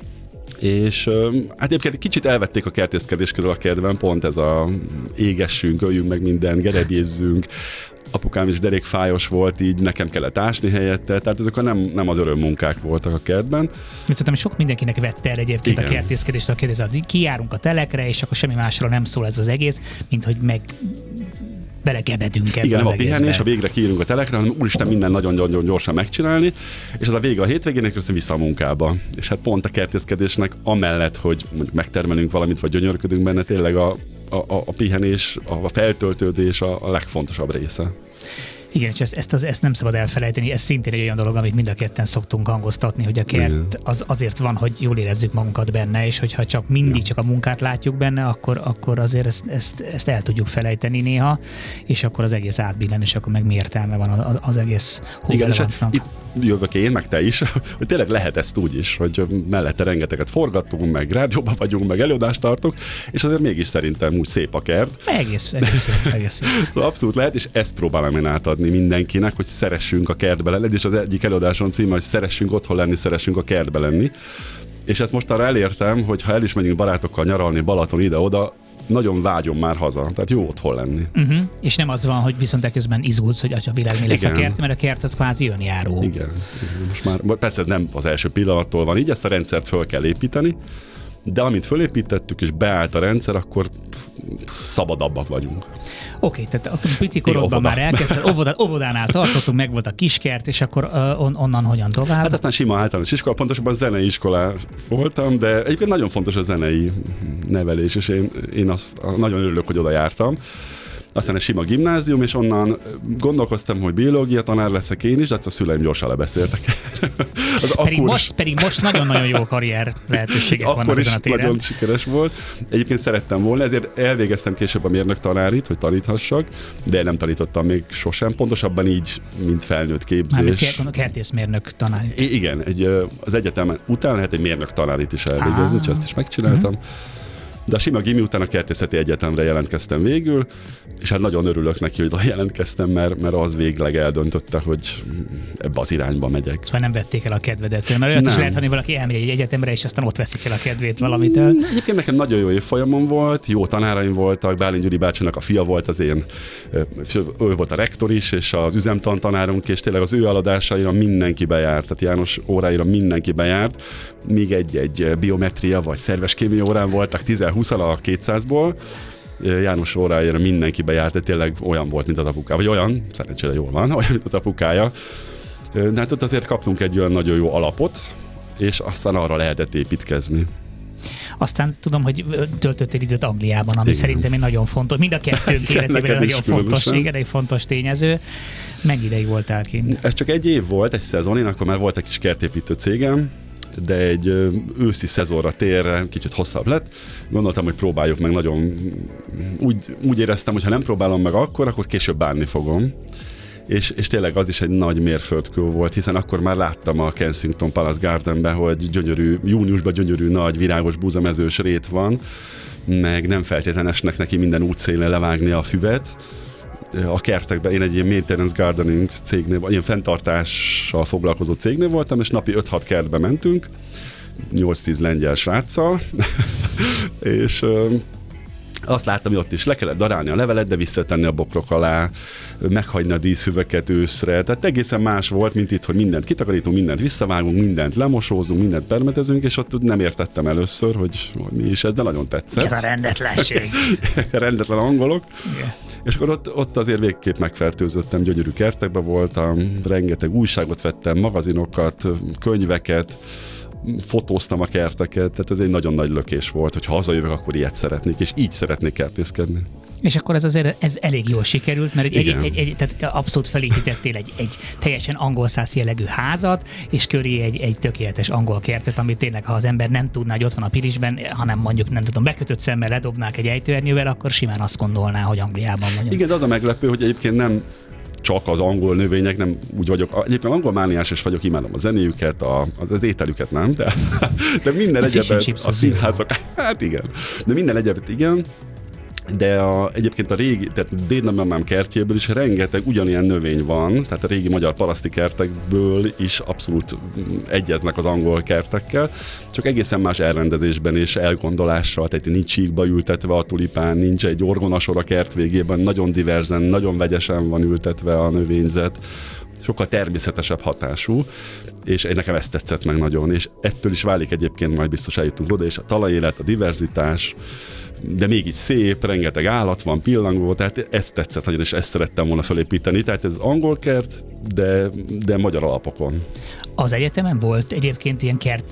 és hát egyébként kicsit elvették a kertészkedés körül a kertben, pont ez a égessünk, öljünk meg minden, gerebjézzünk. Apukám is derékfájos volt, így nekem kellett ásni helyette, tehát ezek a nem, nem az örömmunkák voltak a kertben. Szerintem sok mindenkinek vette el egyébként igen. a kertészkedést, a kérdez, kijárunk a telekre, és akkor semmi másról nem szól ez az egész, mint hogy meg belegebedünk ebbe. Igen, az nem a pihenés, egészbe. a végre kiírunk a telekre, hanem úristen minden nagyon-nagyon gyorsan megcsinálni, és az a vége a hétvégének össze vissza a munkába. És hát pont a kertészkedésnek amellett, hogy mondjuk megtermelünk valamit, vagy gyönyörködünk benne, tényleg a a, a, a pihenés, a feltöltődés a, a legfontosabb része. Igen, és ezt, ezt, az, ezt nem szabad elfelejteni, ez szintén egy olyan dolog, amit mind a ketten szoktunk hangoztatni, hogy a kert az azért van, hogy jól érezzük magunkat benne, és hogyha csak mindig csak a munkát látjuk benne, akkor, akkor azért ezt, ezt, ezt el tudjuk felejteni néha, és akkor az egész átbillen, és akkor meg mi értelme van az, az egész hóbelevancnak. Itt jövök én, meg te is, hogy tényleg lehet ezt úgy is, hogy mellette rengeteget forgattunk, meg rádióban vagyunk, meg előadást tartunk, és azért mégis szerintem úgy szép a kert. Egész, egész szép, egész szép. Szóval abszolút lehet, és ezt próbálom én átadni mindenkinek, hogy szeressünk a kertbe lenni, és az egyik előadásom címe, hogy szeressünk otthon lenni, szeressünk a kertbe lenni. És ezt most arra elértem, hogy ha el is megyünk barátokkal nyaralni Balaton ide-oda, nagyon vágyom már haza, tehát jó otthon lenni. Uh-huh. És nem az van, hogy viszont eközben izgulsz, hogy a világ mi lesz. Igen. A kert, mert a kert az kvázi önjáró. Igen. Most már, persze nem az első pillanattól van így, ezt a rendszert föl kell építeni, de amint fölépítettük és beállt a rendszer, akkor szabadabbak vagyunk. Oké, okay, tehát a pici korodban már elkezdted, óvodán, óvodánál tartottunk, meg volt a kiskert, és akkor uh, on, onnan hogyan tovább? Hát aztán sima általános iskola, pontosabban zenei iskolá voltam, de egyébként nagyon fontos a zenei nevelés, és én, én azt nagyon örülök, hogy oda jártam. Aztán egy sima gimnázium, és onnan gondolkoztam, hogy biológia tanár leszek én is, de a szüleim gyorsan lebeszéltek. Az pedig, most, pedig most nagyon-nagyon jó karrier lehetőségek vannak akkor is ezen a téren. Nagyon sikeres volt. Egyébként szerettem volna, ezért elvégeztem később a mérnök tanárit, hogy taníthassak, de nem tanítottam még sosem, pontosabban így, mint felnőtt képzés. Mármint kertészmérnök tanárit. I- igen, egy, az egyetem után lehet egy mérnök tanárit is elvégezni, úgyhogy azt is megcsináltam. Uh-huh. De a sima gimi után a kertészeti egyetemre jelentkeztem végül, és hát nagyon örülök neki, hogy oda jelentkeztem, mert, mert az végleg eldöntötte, hogy ebbe az irányba megyek. Szóval nem vették el a kedvedet, mert olyat nem. Is lehet, hogy valaki elmegy egy egyetemre, és aztán ott veszik el a kedvét valamitől. Egyébként nekem nagyon jó évfolyamom volt, jó tanáraim voltak, Bálint Gyuri bácsinak a fia volt az én, ő volt a rektor is, és az üzemtan tanárunk, és tényleg az ő eladásaira mindenki bejárt, tehát János óráira mindenki bejárt, még egy-egy biometria vagy szerves kémia órán voltak tíz-húszan a kétszázból, János órájára mindenki bejárt, de tényleg olyan volt, mint az apukája, vagy olyan, szerencsére jól van, olyan, mint az apukája. De hát ott azért kaptunk egy olyan nagyon jó alapot, és aztán arra lehetett építkezni. Aztán tudom, hogy töltöttél időt Angliában, ami igen. Szerintem egy nagyon fontos, mind a kettőnk életében egy nagyon fontos, igen, egy fontos tényező. Mennyi ideig voltál kint? Ez csak egy év volt, egy szezon, én akkor már volt egy kis kertépítő cégem, de egy őszi szezonra térre kicsit hosszabb lett. Gondoltam, hogy próbáljuk meg nagyon... Úgy, úgy éreztem, hogy ha nem próbálom meg akkor, akkor később bánni fogom. És, és tényleg az is egy nagy mérföldkő volt, hiszen akkor már láttam a Kensington Palace Gardenben, hogy gyönyörű, júniusban gyönyörű nagy virágos búzamezős rét van, meg nem feltétlenül esnek neki minden útszélen levágni a füvet. A kertekben, én egy ilyen maintenance gardening cégnél, ilyen fenntartással foglalkozó cégnél voltam, és napi öt-hat kertbe mentünk, nyolc-tíz lengyel sráccal, és ö, azt láttam, hogy ott is le kellett darálni a levelet, de visszatenni a bokrok alá, meghagyni a díszfüveket őszre, tehát egészen más volt, mint itt, hogy mindent kitakarítunk, mindent visszavágunk, mindent lemosózunk, mindent permetezünk, és ott nem értettem először, hogy, hogy mi is ez, de nagyon tetszett. Ez a rendetlenség. Rendetlen angolok. Yeah. És akkor ott, ott azért végképp megfertőzöttem, gyönyörű kertekben voltam, rengeteg újságot vettem, magazinokat, könyveket, fotóztam a kerteket, tehát ez egy nagyon nagy lökés volt, hogy ha hazajövök, akkor ilyet szeretnék, és így szeretnék kertészkedni. És akkor ez azért ez elég jól sikerült, mert egy, egy, egy, egy, tehát abszolút felépítettél egy, egy teljesen angol szász jellegű házat, és köré egy, egy tökéletes angol kertet, amit tényleg, ha az ember nem tudná, hogy ott van a Pilisben, hanem mondjuk nem tudom, bekötött szemmel ledobnák egy ejtőernyővel, akkor simán azt gondolná, hogy Angliában vagyunk. Igen, de az a meglepő, hogy egyébként nem csak az angol növények, nem úgy vagyok. Egyébként angol mániás is vagyok, imádom a zenéjüket, a, az ételüket nem, de, de minden egyebet, a színházak, hát igen, de minden egyebet igen, de a, egyébként a régi, tehát dédnagymamám kertjéből is rengeteg ugyanilyen növény van, tehát a régi magyar paraszti kertekből is abszolút egyeznek az angol kertekkel, csak egészen más elrendezésben és elgondolással, tehát nincs síkba ültetve a tulipán, nincs egy orgonasor a kert végében, nagyon diverzen, nagyon vegyesen van ültetve a növényzet, sokkal természetesebb hatású, és én nekem ezt tetszett meg nagyon, és ettől is válik egyébként, majd biztos eljutunk oda, és a talajélet, a diverzitás, de mégis szép, rengeteg állat van, pillangó, tehát ezt tetszett nagyon, és ezt szerettem volna felépíteni, tehát ez angol kert, de, de magyar alapokon. Az egyetemen volt egyébként ilyen kert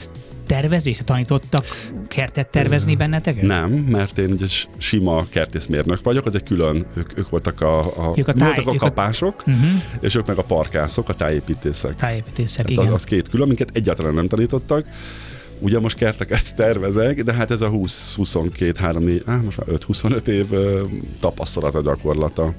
tervezés? Tanítottak kertet tervezni benneteket? Nem, mert én egy sima kertészmérnök vagyok, az egy külön, ők, ők voltak a, a, ők a, táj, voltak a kapások, a... Uh-huh. és ők meg a parkászok, a tájépítészek. Tájépítészek, hát igen. Az, az két külön, minket egyáltalán nem tanítottak. Ugye most kerteket tervezek, de hát ez a húsz huszonkettő három négy, áh, most már öt huszonöt év tapasztalata, gyakorlata.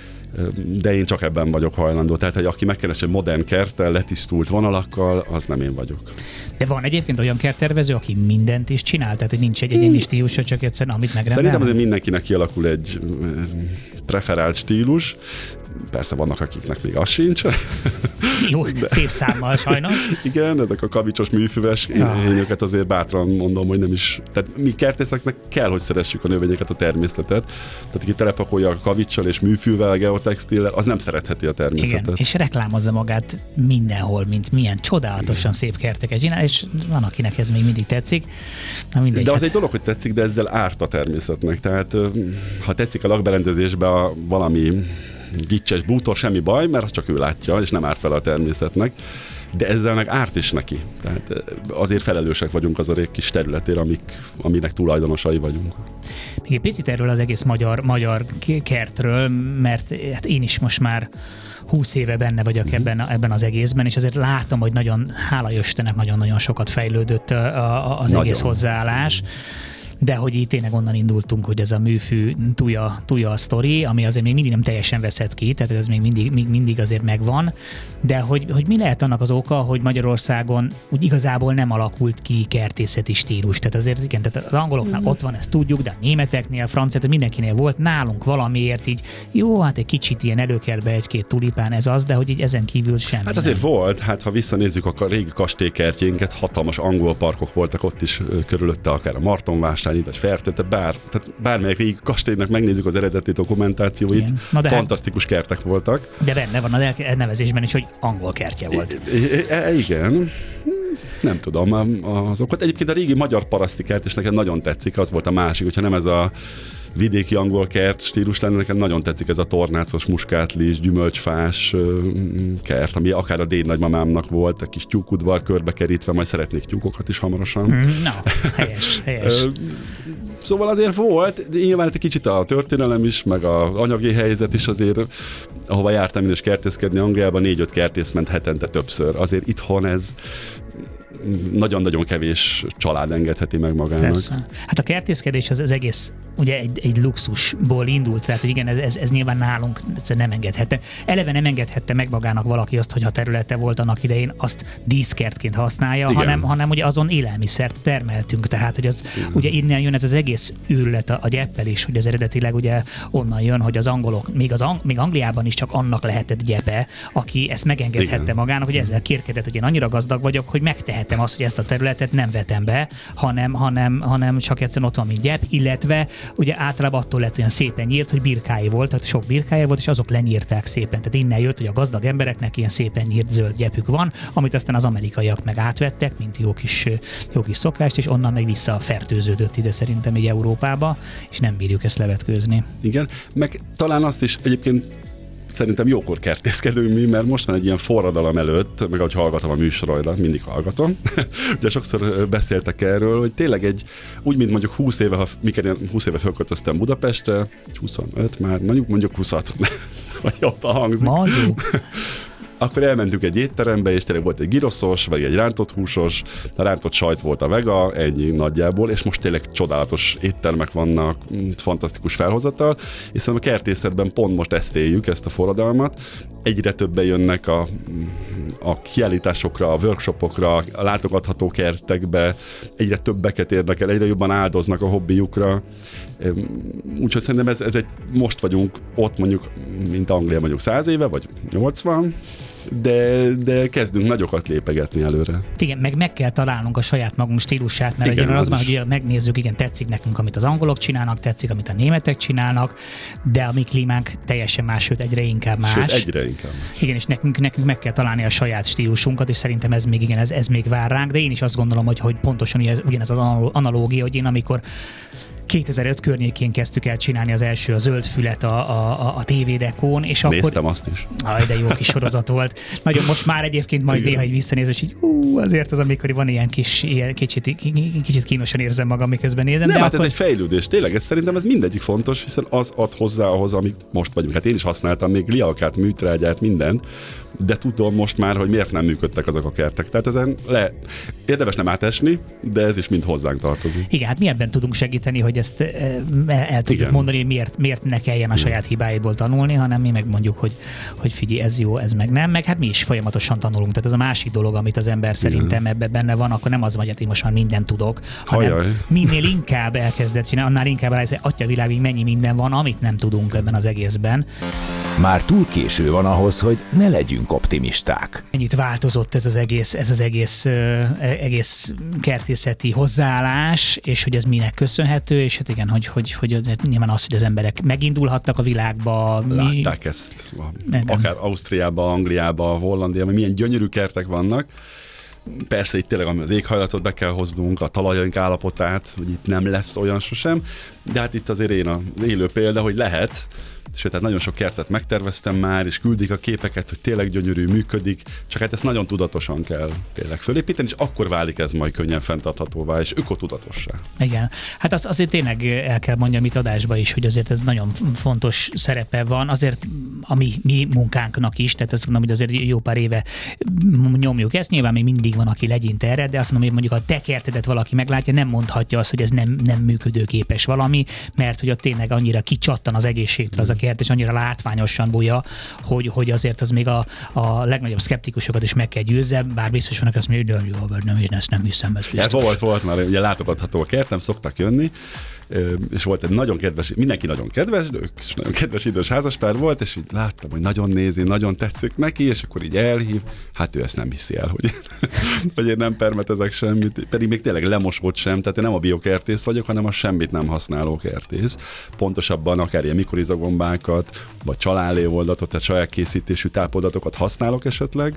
De én csak ebben vagyok hajlandó. Tehát, hogy aki megkeres egy modern kerttel, letisztult vonalakkal, az nem én vagyok. De van egyébként olyan kerttervező, aki mindent is csinál? Tehát, hogy nincs egy egyéni stílusa, csak egyszerűen amit megrendel? Szerintem azért mindenkinek kialakul egy preferált stílus. Persze vannak, akiknek még az sincs. Jó, de... szép számmal sajnos. Igen, ezek a kavicsos műfüves, én, én őket azért bátran mondom, hogy nem is... Tehát mi kertészeknek kell, hogy szeressük a növényeket, a természetet. Tehát aki telepakolja a kavicsal és műfűvel, geotextillel, az nem szeretheti a természetet. Igen, és reklámozza magát mindenhol, mint milyen csodálatosan szép kerteket csinál, és van, akinek ez még mindig tetszik. Na mindegy, de az hát... egy dolog, hogy tetszik, de ezzel árt a természetnek. Tehát ha tetszik a lakberendezésbe a valami gicses bútor, semmi baj, mert azt csak ő látja, és nem árt fel a természetnek. De ezzel meg árt is neki. Tehát azért felelősek vagyunk az a rég kis területére, amik, aminek tulajdonosai vagyunk. Még egy picit erről az egész magyar, magyar kertről, mert hát én is most már húsz éve benne vagyok mm-hmm. ebben, ebben az egészben, és azért látom, hogy nagyon, hála Istennek, nagyon-nagyon sokat fejlődött az nagyon. egész hozzáállás. De hogy itt tényleg onnan indultunk, hogy ez a műfű tuja, tuja a sztori, ami azért még mindig nem teljesen veszett ki, tehát ez még mindig, még mindig azért megvan, de hogy, hogy mi lehet annak az oka, hogy Magyarországon úgy igazából nem alakult ki kertészeti stílus. Tehát azért igen, tehát az angoloknál mm. ott van, ezt tudjuk, de a németeknél, a franciáknél, mindenkinél volt, nálunk valamiért így, jó, hát egy kicsit ilyen előkerbe egy-két tulipán, ez az, de hogy így ezen kívül semmi. Hát azért nem. Volt, hát ha visszanézzük a régi kastélykertjénket, hatalmas angol parkok voltak ott is körülötte, akár a Martonvásárhely, vagy Fertőte, bár, tehát bármelyik régi kastélynak megnézzük az eredeti dokumentációit, fantasztikus hát, kertek voltak. De benne van a nevezésben is, hogy angol kertje volt. I- I- igen. Nem tudom azokat. Egyébként a régi magyar paraszti kert is nekem nagyon tetszik, az volt a másik, hogyha nem ez a vidéki angol kert stílus lenne, nekem nagyon tetszik ez a tornácos, muskátlis, gyümölcsfás kert, ami akár a déd nagymamámnak volt, egy kis tyúkudvar körbekerítve, majd szeretnék tyúkokat is hamarosan. Na, helyes, helyes. Szóval azért volt, de nyilván egy kicsit a történelem is, meg az anyagi helyzet is azért, ahova jártam én is kertészkedni Angliában, négy-öt kertész ment hetente többször. Azért itthon ez nagyon-nagyon kevés család engedheti meg magának. Persze. Hát a kertészkedés az, az egész ugye egy, egy luxusból indult, tehát hogy igen, ez, ez, ez nyilván nálunk nem engedhette. Eleve nem engedhette meg magának valaki azt, hogy ha területe volt annak idején, azt díszkertként használja, hanem, hanem ugye azon élelmiszert termeltünk, tehát hogy az igen. Ugye innen jön ez az egész űrlet a, a gyeppel is, hogy az eredetileg ugye onnan jön, hogy az angolok, még, az, még Angliában is csak annak lehetett gyepe, aki ezt megengedhette igen. magának, hogy ezzel kérkedett, hogy én annyira gazdag vagyok, hogy megtehetem azt, hogy ezt a területet nem vetem be, hanem, hanem, hanem csak egyszerűen ott van, mint gyep, illetve ugye általában attól lett olyan szépen nyírt, hogy birkái volt, tehát sok birkája volt, és azok lenyírták szépen. Tehát innen jött, hogy a gazdag embereknek ilyen szépen nyírt zöld gyepük van, amit aztán az amerikaiak meg átvettek, mint jó kis, jó kis szokást, és onnan meg visszafertőződött ide szerintem így Európába, és nem bírjuk ezt levetkőzni. Igen, meg talán azt is egyébként szerintem jókor kertészkedünk mi, mert most van egy ilyen forradalom előtt, meg ahogy hallgatom a műsoraidat, mindig hallgatom. Ugye sokszor beszéltek erről, hogy tényleg egy, úgy, mint mondjuk húsz éve, ha mikor húsz éve fölköltöztem Budapestre, huszonöt már, mondjuk mondjuk húszat, vagy jobban hangzik. Mondjuk. Akkor elmentünk egy étterembe, és tényleg volt egy giroszos, vagy egy rántott húsos, a rántott sajt volt a vega, ennyi nagyjából, és most tényleg csodálatos éttermek vannak, fantasztikus felhozattal, és szerintem a kertészetben pont most ezt éljük, ezt a forradalmat. Egyre többen jönnek a, a kiállításokra, a workshopokra, a látogatható kertekbe, egyre többeket érdekel, egyre jobban áldoznak a hobbiukra. Úgyhogy szerintem ez, ez egy, most vagyunk ott mondjuk, mint Anglia mondjuk száz éve, vagy nyolcvan, de, de kezdünk nagyokat lépegetni előre. Igen, meg meg kell találnunk a saját magunk stílusát, mert igen, az van, hogy megnézzük, igen, tetszik nekünk, amit az angolok csinálnak, tetszik, amit a németek csinálnak, de a mi klímánk teljesen más, sőt egyre inkább más. Sőt, egyre inkább más. Igen, és nekünk, nekünk meg kell találni a saját stílusunkat, és szerintem ez még, igen, ez, ez még vár ránk, de én is azt gondolom, hogy, hogy pontosan ugyanez az analógia, hogy én amikor kétezer-öt környékén kezdtük el csinálni az első a zöld fület a, a, a tévédekón, és akkor... Néztem azt is. Aj, de jó kis sorozat volt. Nagyon most már egyébként majd néha egy visszanéző, és így ú, azért az, amikor van ilyen kis, ilyen kicsit, kicsit kínosan érzem magam, miközben nézem. Nem, de hát akkor... ez egy fejlődés. Tényleg, ez szerintem ez mindegyik fontos, hiszen az ad hozzá ahhoz, amik most vagyunk. Hát én is használtam még lialkát, műtrágyát, mindent, de tudom most már, hogy miért nem működtek azok a kertek. Tehát ezen le... érdemes nem átesni, de ez is mind hozzánk tartozik. Igen, hát mi ebben tudunk segíteni, hogy ezt el, el tudjuk Igen. mondani, hogy miért, miért ne kelljen a saját hibáiból tanulni, hanem mi megmondjuk, hogy, hogy figyelj, ez jó, ez meg nem, meg hát mi is folyamatosan tanulunk. Tehát ez a másik dolog, amit az ember szerintem ebben benne van, akkor nem az vagy, hogy én most már mindent tudok, hanem Hajaj. minél inkább elkezdett csinálni, annál inkább rájössz, hogy atya világig mennyi minden van, amit nem tudunk ebben az egészben. Már túl késő van ahhoz, hogy ne legyünk optimisták. Ennyit változott ez az egész, ez az egész, uh, egész kertészeti hozzáállás, és hogy ez minek köszönhető, és hát igen, hogy, hogy, hogy nyilván az, hogy az emberek megindulhattak a világba. Látták mi... ezt, akár Ausztriában, Angliában, Hollandiában, milyen gyönyörű kertek vannak. Persze itt tényleg az éghajlatot be kell hoznunk, a talajaink állapotát, hogy itt nem lesz olyan sosem, de hát itt azért én az élő példa, hogy lehet. Sőt, hát nagyon sok kertet megterveztem már, és küldik a képeket, hogy tényleg gyönyörű, működik, csak hát ezt nagyon tudatosan kell tényleg fölépíteni, és akkor válik ez majd könnyen fenntarthatóvá, és ökotudatossá. Igen. Hát az, azért tényleg el kell mondjam itt adásba is, hogy azért ez nagyon fontos szerepe van, azért a mi, mi munkánknak is, tehát azt mondom, hogy azért jó pár éve nyomjuk ezt, nyilván még mindig van, aki legyint erre, de azt mondom, hogy mondjuk a te kertedet valaki meglátja, nem mondhatja azt, hogy ez nem, nem működőképes valami, mert hogy ott tényleg annyira kicsattan az egészségtől az a kert, és annyira látványosan bújja, hogy, hogy azért az még a, a legnagyobb szkeptikusokat is meg kell győzze, bár biztos vannak, azt mondja, hogy jó, nem, én ezt nem hiszem, ez biztos. Hát volt, volt már, ugye látogatható a kert, nem szoktak jönni, és volt egy nagyon kedves, mindenki nagyon kedves, de ők is nagyon kedves idős házaspár volt, és így láttam, hogy nagyon nézi, nagyon tetszik neki, és akkor így elhív, hát ő ezt nem hiszi el, hogy, hogy én nem permetezek semmit, pedig még tényleg lemosott sem, tehát én nem a biokertész vagyok, hanem a semmit nem használó kertész. Pontosabban akár ilyen mikorizagombákat, vagy csaláléoldatot, tehát saját készítésű tápoldatokat használok esetleg,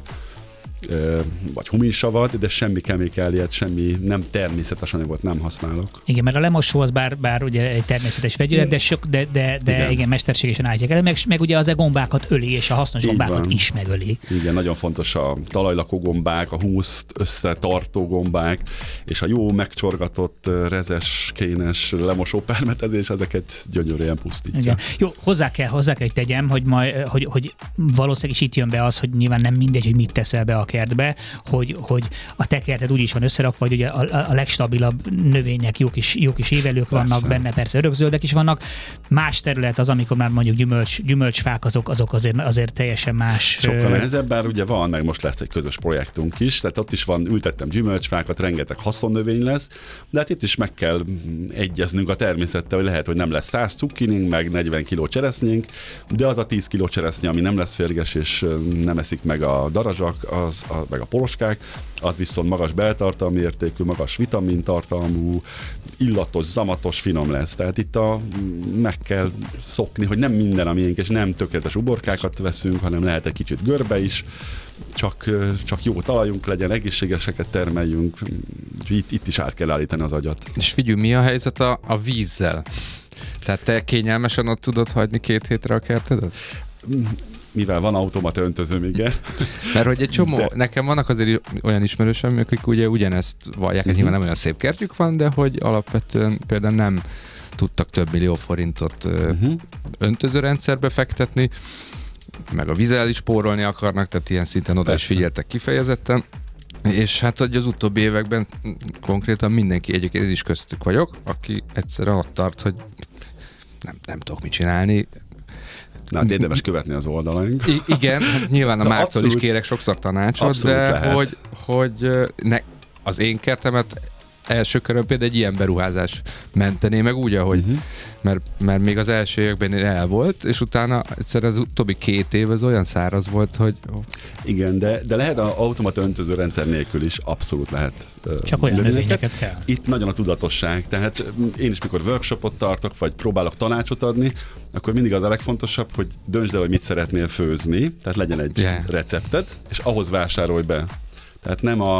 vagy huminsavat, de semmi kemikáliát, semmi nem természetes anyagot nem használok. Igen, mert a lemosó az bár, bár ugye egy természetes vegyület, de, sok, de, de, de igen. igen, mesterségesen állítják el, meg, meg ugye az a gombákat öli, és a hasznos gombákat is megöli. Igen, nagyon fontos a talajlakó gombák, a humuszt összetartó gombák, és a jó megcsorgatott, rezes, kénes lemosó permetezés, ezeket gyönyörűen pusztítja. Igen. Jó, hozzá kell, hozzá kell, hogy tegyem, hogy, majd, hogy, hogy valószínűleg is itt jön be az, hogy nyilván nem mindegy, hogy mit teszel be a kertbe, hogy, hogy a te kerted úgy is van összerakva, hogy ugye a, a legstabilabb növények, jó kis, jó kis évelők persze. vannak benne, persze örökzöldek is vannak. Más terület az, amikor már mondjuk gyümölcs, gyümölcsfák, azok, azok azért, azért teljesen más. Sokkal nehezebb, bár ugye van, meg most lesz egy közös projektunk is, tehát ott is van, ültettem gyümölcsfákat, rengeteg haszonnövény lesz, de hát itt is meg kell egyeznünk a természettel, hogy lehet, hogy nem lesz száz cukkinink, meg negyven kiló cseresznyénk, de az a tíz kiló cseresznye, ami nem lesz férges, és nem eszik meg a darazsak, az A, meg a poloskák, az viszont magas beltartalmi értékű, magas vitamintartalmú, illatos, zamatos, finom lesz. Tehát itt a, meg kell szokni, hogy nem minden a miénk, és nem tökéletes uborkákat veszünk, hanem lehet egy kicsit görbe is, csak, csak jó talajunk legyen, egészségeseket termeljünk, itt, itt is át kell állítani az agyat. És figyelj, mi a helyzet a, a vízzel? Tehát te kényelmesen ott tudod hagyni két hétre a kertedet? Mivel van automata öntözőm, igen. Mert hogy egy csomó, de... nekem vannak azért olyan ismerősöm, akik ugye ugyanezt vallják, uh-huh. nyilván nem olyan szép kertjük van, de hogy alapvetően például nem tudtak több millió forintot uh-huh. öntözőrendszerbe fektetni, meg a vízzel is spórolni akarnak, tehát ilyen szinten oda Persze. is figyeltek kifejezetten. És hát, hogy az utóbbi években konkrétan mindenki, egyébként én is köztük vagyok, aki egyszerűen ott tart, hogy nem, nem tudok mit csinálni. Na, hát érdemes követni az oldalaink. I- igen, hát nyilván a Márktól is kérek sokszor tanácsot, de lehet. hogy, hogy ne, az én kertemet első körön például egy ilyen beruházás mentené meg úgy, ahogy, uh-huh. mert, mert még az első években el volt, és utána egyszer az utóbbi két év az olyan száraz volt, hogy... Igen, de, de lehet az automata öntöző rendszer nélkül is, abszolút lehet. Csak olyan növényeket kell. Itt nagyon a tudatosság, tehát én is mikor workshopot tartok, vagy próbálok tanácsot adni, akkor mindig az a legfontosabb, hogy döntsd el, hogy mit szeretnél főzni, tehát legyen egy yeah. recepted, és ahhoz vásárolj be. Tehát nem a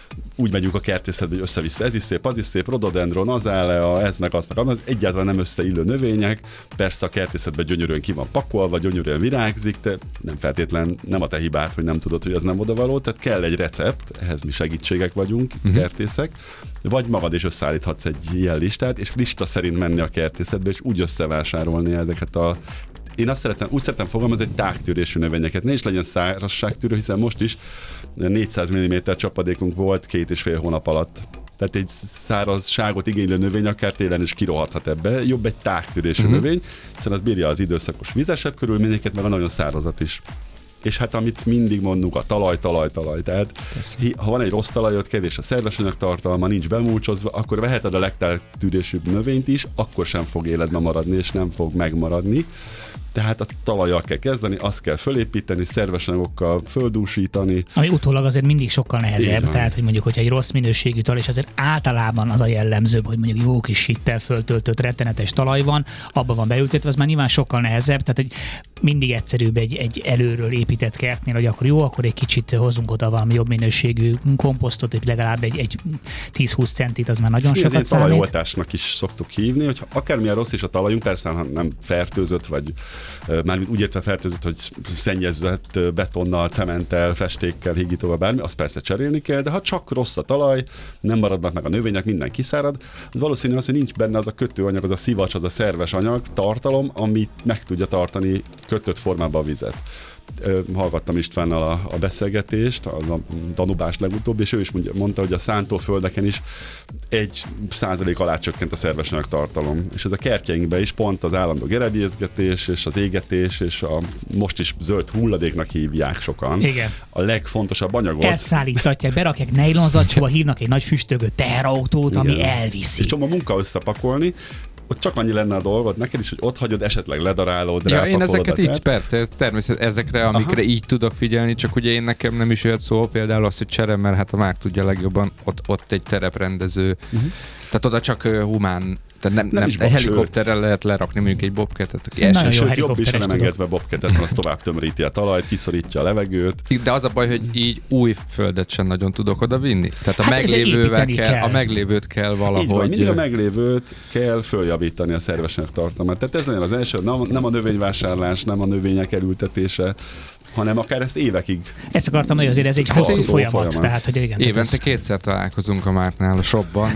úgy megyünk a kertészetbe, hogy össze-vissza, ez is szép, az is szép, rododendron, azálea, ez meg az meg az, egyáltalán nem összeillő növények, persze a kertészetben gyönyörűen ki van pakolva, gyönyörűen virágzik, de nem feltétlen nem a te hibád, hogy nem tudod, hogy ez nem odavaló, tehát kell egy recept, ehhez mi segítségek vagyunk, uh-huh. kertészek, vagy magad is összeállíthatsz egy ilyen listát, és lista szerint menni a kertészetbe, és úgy összevásárolni ezeket a Én azt szeretem, úgy szeretem fogalmazni, hogy tágtűrésű növényeket. Ne is legyen szárazságtűrő, hiszen most is négyszáz milliméter csapadékunk volt két és fél hónap alatt. Tehát egy szárazságot igénylő növény akár télen is kirohadhat ebbe. Jobb egy tágtűrésű uh-huh. növény, hiszen az bírja az időszakos vizesebb körülményeket, meg a nagyon szárazat is. És hát amit mindig mondunk, a talaj, talaj, talaj. Tehát Persze. ha van egy rossz talajod, kevés a szervesanyag tartalma, nincs bemúcsozva, akkor veheted a legtágtűrésűbb növényt is, akkor sem fog életben maradni, és nem fog megmaradni. Tehát a talajjal kell kezdeni, azt kell fölépíteni, szerves anyagokkal földúsítani. Ami utólag azért mindig sokkal nehezebb, tehát hogy mondjuk, hogyha egy rossz minőségű talaj, és azért általában az a jellemzőbb, hogy mondjuk jó kis sittel föltöltött rettenetes talaj van, abban van beültetve, az már nyilván sokkal nehezebb, tehát hogy mindig egyszerűbb egy, egy előről épített kertnél, hogy akkor jó, akkor egy kicsit hozunk oda valami jobb minőségű komposztot, itt legalább egy, egy tíz-húsz centit, az már nagyon Mi sokat számít. talajoltásnak is szoktuk hívni, hogy akármilyen rossz is a talajunk, persze nem fertőzött, vagy mármint úgy értve fertőzött, hogy szennyezett betonnal, cementtel, festékkel, hígítóval, bármi, azt persze cserélni kell, de ha csak rossz a talaj, nem maradnak meg a növények, minden kiszárad, az valószínű az, hogy nincs benne az a kötőanyag, az a szivacs, az a szerves anyag, tartalom, ami meg tudja tartani kötött formában a vizet. Hallgattam Istvánnal a, a beszélgetést, a Danubás legutóbb, és ő is mondta, hogy a szántóföldeken is egy százalék alá csökkent a szervesanyag tartalom. És ez a kertjeinkben is pont az állandó gerebjézgetés, és az égetés, és a most is zöld hulladéknak hívják sokan. Igen. A legfontosabb anyagot. Elszállítatják, berakják nejlonzacskóba, hívnak egy nagy füstögő teherautót, ami Igen. elviszi. És csomó munka összepakolni, ott csak annyi lenne a dolgod neked is, hogy ott hagyod, esetleg ledarálod, ja, én ezeket így, tehát. persze, természetesen ezekre, amikre Aha. így tudok figyelni, csak ugye én nekem nem is jött szó, például azt, hogy cserem, mert hát a Márk tudja legjobban, ott, ott egy tereprendező, uh-huh. tehát oda csak uh, humán, tehát nem, nem, nem egy helikopterrel lehet lerakni mondjuk egy bobketet. Sőt, sőt jobb is, nem engedve bobketet, mert az tovább tömöríti a talajt, kiszorítja a levegőt. De az a baj, hogy így új földet sem nagyon tudok oda vinni. Tehát a hát meglévővel kell, kell, a meglévőt kell valahogy... Így van, mindig a meglévőt kell följavítani a szervesanyag tartalmát. Tehát ez az első, nem a növényvásárlás, nem a növények elültetése, hanem akár ezt évekig. Ezt akartam, hogy azért ez egy hosszú folyamat. folyamat. Tehát, hogy igen, évente ez... kétszer találkozunk a Márknál a shopban.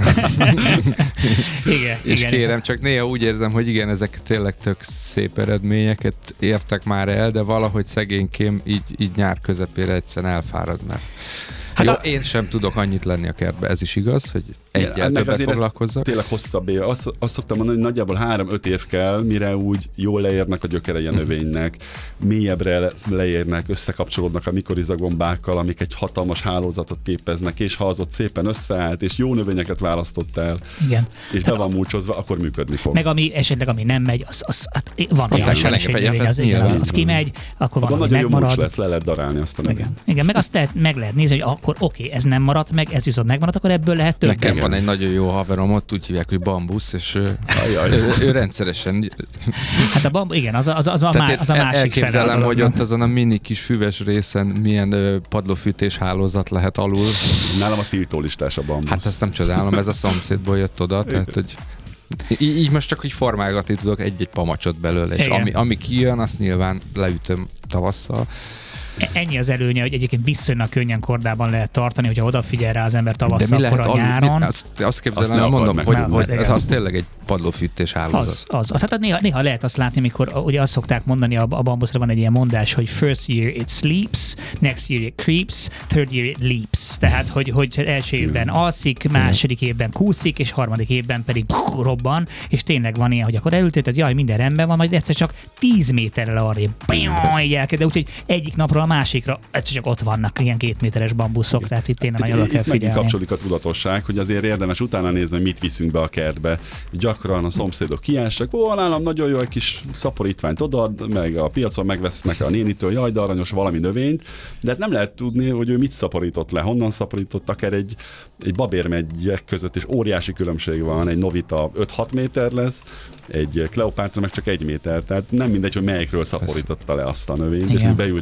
igen, és igen, kérem, igen. csak néha úgy érzem, hogy igen, ezek tényleg tök szép eredményeket értek már el, de valahogy szegénykém így, így nyár közepére egyszerűen elfárad, mert hát jó, a... én sem tudok annyit lenni a kertbe, ez is igaz, hogy egyel többet foglalkozzak. Tényleg hosszabb év. Azt, azt szoktam mondani, hogy nagyjából három-öt év kell, mire úgy jól leérnek a gyökerei a növénynek, mélyebbre leérnek, összekapcsolódnak a mikorizagombákkal, amik egy hatalmas hálózatot képeznek, és ha az ott szépen összeállt, és jó növényeket választottál, igen. és be van múcsozva, akkor működni fog. Meg ami esetleg ami nem megy, az, az hát van olyan növény, az, az, az kimegy, akkor van, ami megmarad. Lesz, le lehet darálni azt a növényt. Igen. igen, meg azt lehet, meg lehet nézni, hogy akkor oké, okay, ez nem maradt meg, ez viszont megmaradt, akkor ebből lehet több. Nekem van egy nagyon jó haverom, ott úgy hívják, hogy bambusz, és ő, ő, ő rendszeresen... Hát a bambusz, igen, az a, az, az, a, má, az a másik fele. Elképzelem, hogy ott azon a mini kis füves részen milyen ö, padlófűtés hálózat lehet alul. Nálam az tiltólistás a bambusz. Hát ezt nem csodálom, ez a szomszédból jött oda, tehát hogy... Így, így most csak így formálgatni tudok egy-egy pamacsot belőle, és ami, ami kijön, azt nyilván leütöm tavasszal. Ennyi az előnye, hogy egyébként viszonylag könnyen kordában lehet tartani, hogyha odafigyel rá az ember tavasszal, akkor a nyáron. Mi, azt, azt képzelem, azt mondom, hogy, hogy ez az tényleg egy padlófűtés hálózat. Az, az, az. Hát néha, néha lehet azt látni, amikor ugye azt szokták mondani, a, a bambuszra van egy ilyen mondás, hogy first year it sleeps, next year it creeps, third year it leaps. Tehát, hogy, hogy első évben alszik, második évben kúszik, és harmadik évben pedig robban, és tényleg van ilyen, hogy akkor elülteted, jaj, minden rendben van, majd egyszer csak tíz méterrel arrébb, így elkezd, de úgyhogy egyik napról a másikra egyszer csak ott vannak ilyen két méteres bambuszok, tehát itt tényleg nagyon oda kell figyelni. Megint kapcsolódik a tudatosság, hogy azért érdemes utána nézni, hogy mit viszünk be a kertbe. Gyakran a szomszédok kiássak, ó, nálam nagyon jó, egy kis szaporítványt odad, meg a piacon megvesznek a nénitől, jaj, de aranyos valami növényt, de hát nem lehet tudni, hogy ő mit szaporított le, honnan szaporított, akár egy, egy babérmegyek között is óriási különbség van, egy novita öt-hat méter lesz, egy Kleopátra meg csak egy méter, tehát nem mindegy, hogy melyikről szaporította le azt a növényt, igen. És beülteted egy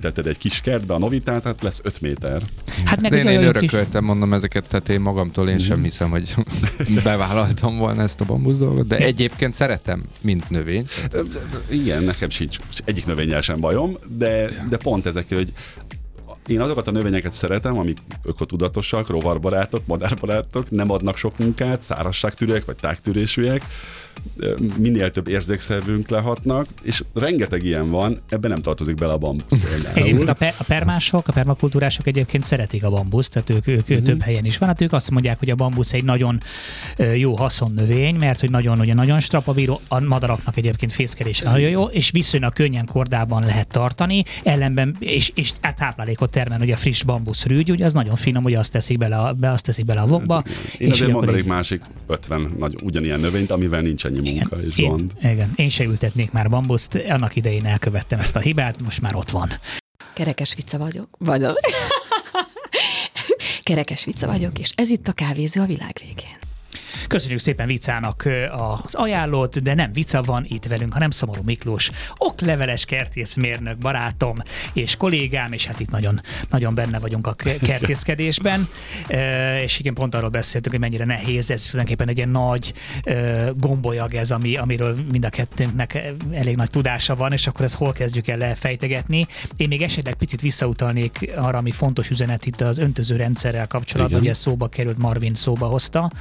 kis kertbe a novitát, hát lesz öt méter. Hát meg én, ugye én olyanok is- örököltem, mondom ezeket, tehát én magamtól én sem hiszem, hogy bevállaltam volna ezt a bambusz dolgot, de egyébként szeretem, mint növény. Ö, Igen, nekem sincs egyik növényel sem bajom, de, de pont ezekkel, hogy én azokat a növényeket szeretem, amik ökotudatosak, rovarbarátok, madárbarátok, nem adnak sok munkát, szárazságtűrőek vagy tágtűrésűek, minél több érzékszervünk lehatnak, és rengeteg ilyen van, ebben nem tartozik bele a bambusz. Egyébként a, per, a permások, a permakultúrások egyébként szeretik a bambuszt, tehát ők, ők mm-hmm. több helyen is van. Hát ők azt mondják, hogy a bambusz egy nagyon ö, jó haszonnövény, mert hogy nagyon, ugye, nagyon strapabíró, a madaraknak egyébként fészkelése nagyon jó, és viszonylag könnyen kordában lehet tartani, ellenben, és, és táplálékot termel, ugye a friss bambuszrügy, ugye az nagyon finom, hogy azt teszik bele a, be, azt teszik bele a vokba. Én azért mondanék így... másik ötven nagy, ugyanilyen növényt, amivel nincs ennyi munka igen, és én, gond. Igen, én se ültetnék már bambuszt, annak idején elkövettem ezt a hibát, most már ott van. Kerekes Vica vagyok. Vagyok. Kerekes Vica vagyok, és ez itt a kávézó a világ végén. Köszönjük szépen Vicának az ajánlót, de nem Vica van itt velünk, hanem Szomorú Miklós, okleveles kertészmérnök barátom és kollégám, és hát itt nagyon, nagyon benne vagyunk a kertészkedésben. És igen, pont arról beszéltünk, hogy mennyire nehéz, ez tulajdonképpen egy ilyen nagy gombolyag ez, ami, amiről mind a kettőnknek elég nagy tudása van, és akkor ezt hol kezdjük el lefejtegetni. Én még esetleg picit visszautalnék arra, ami fontos üzenet itt az öntöző rendszerrel kapcsolatban, ugye szóba került, Marvin szóba hozta,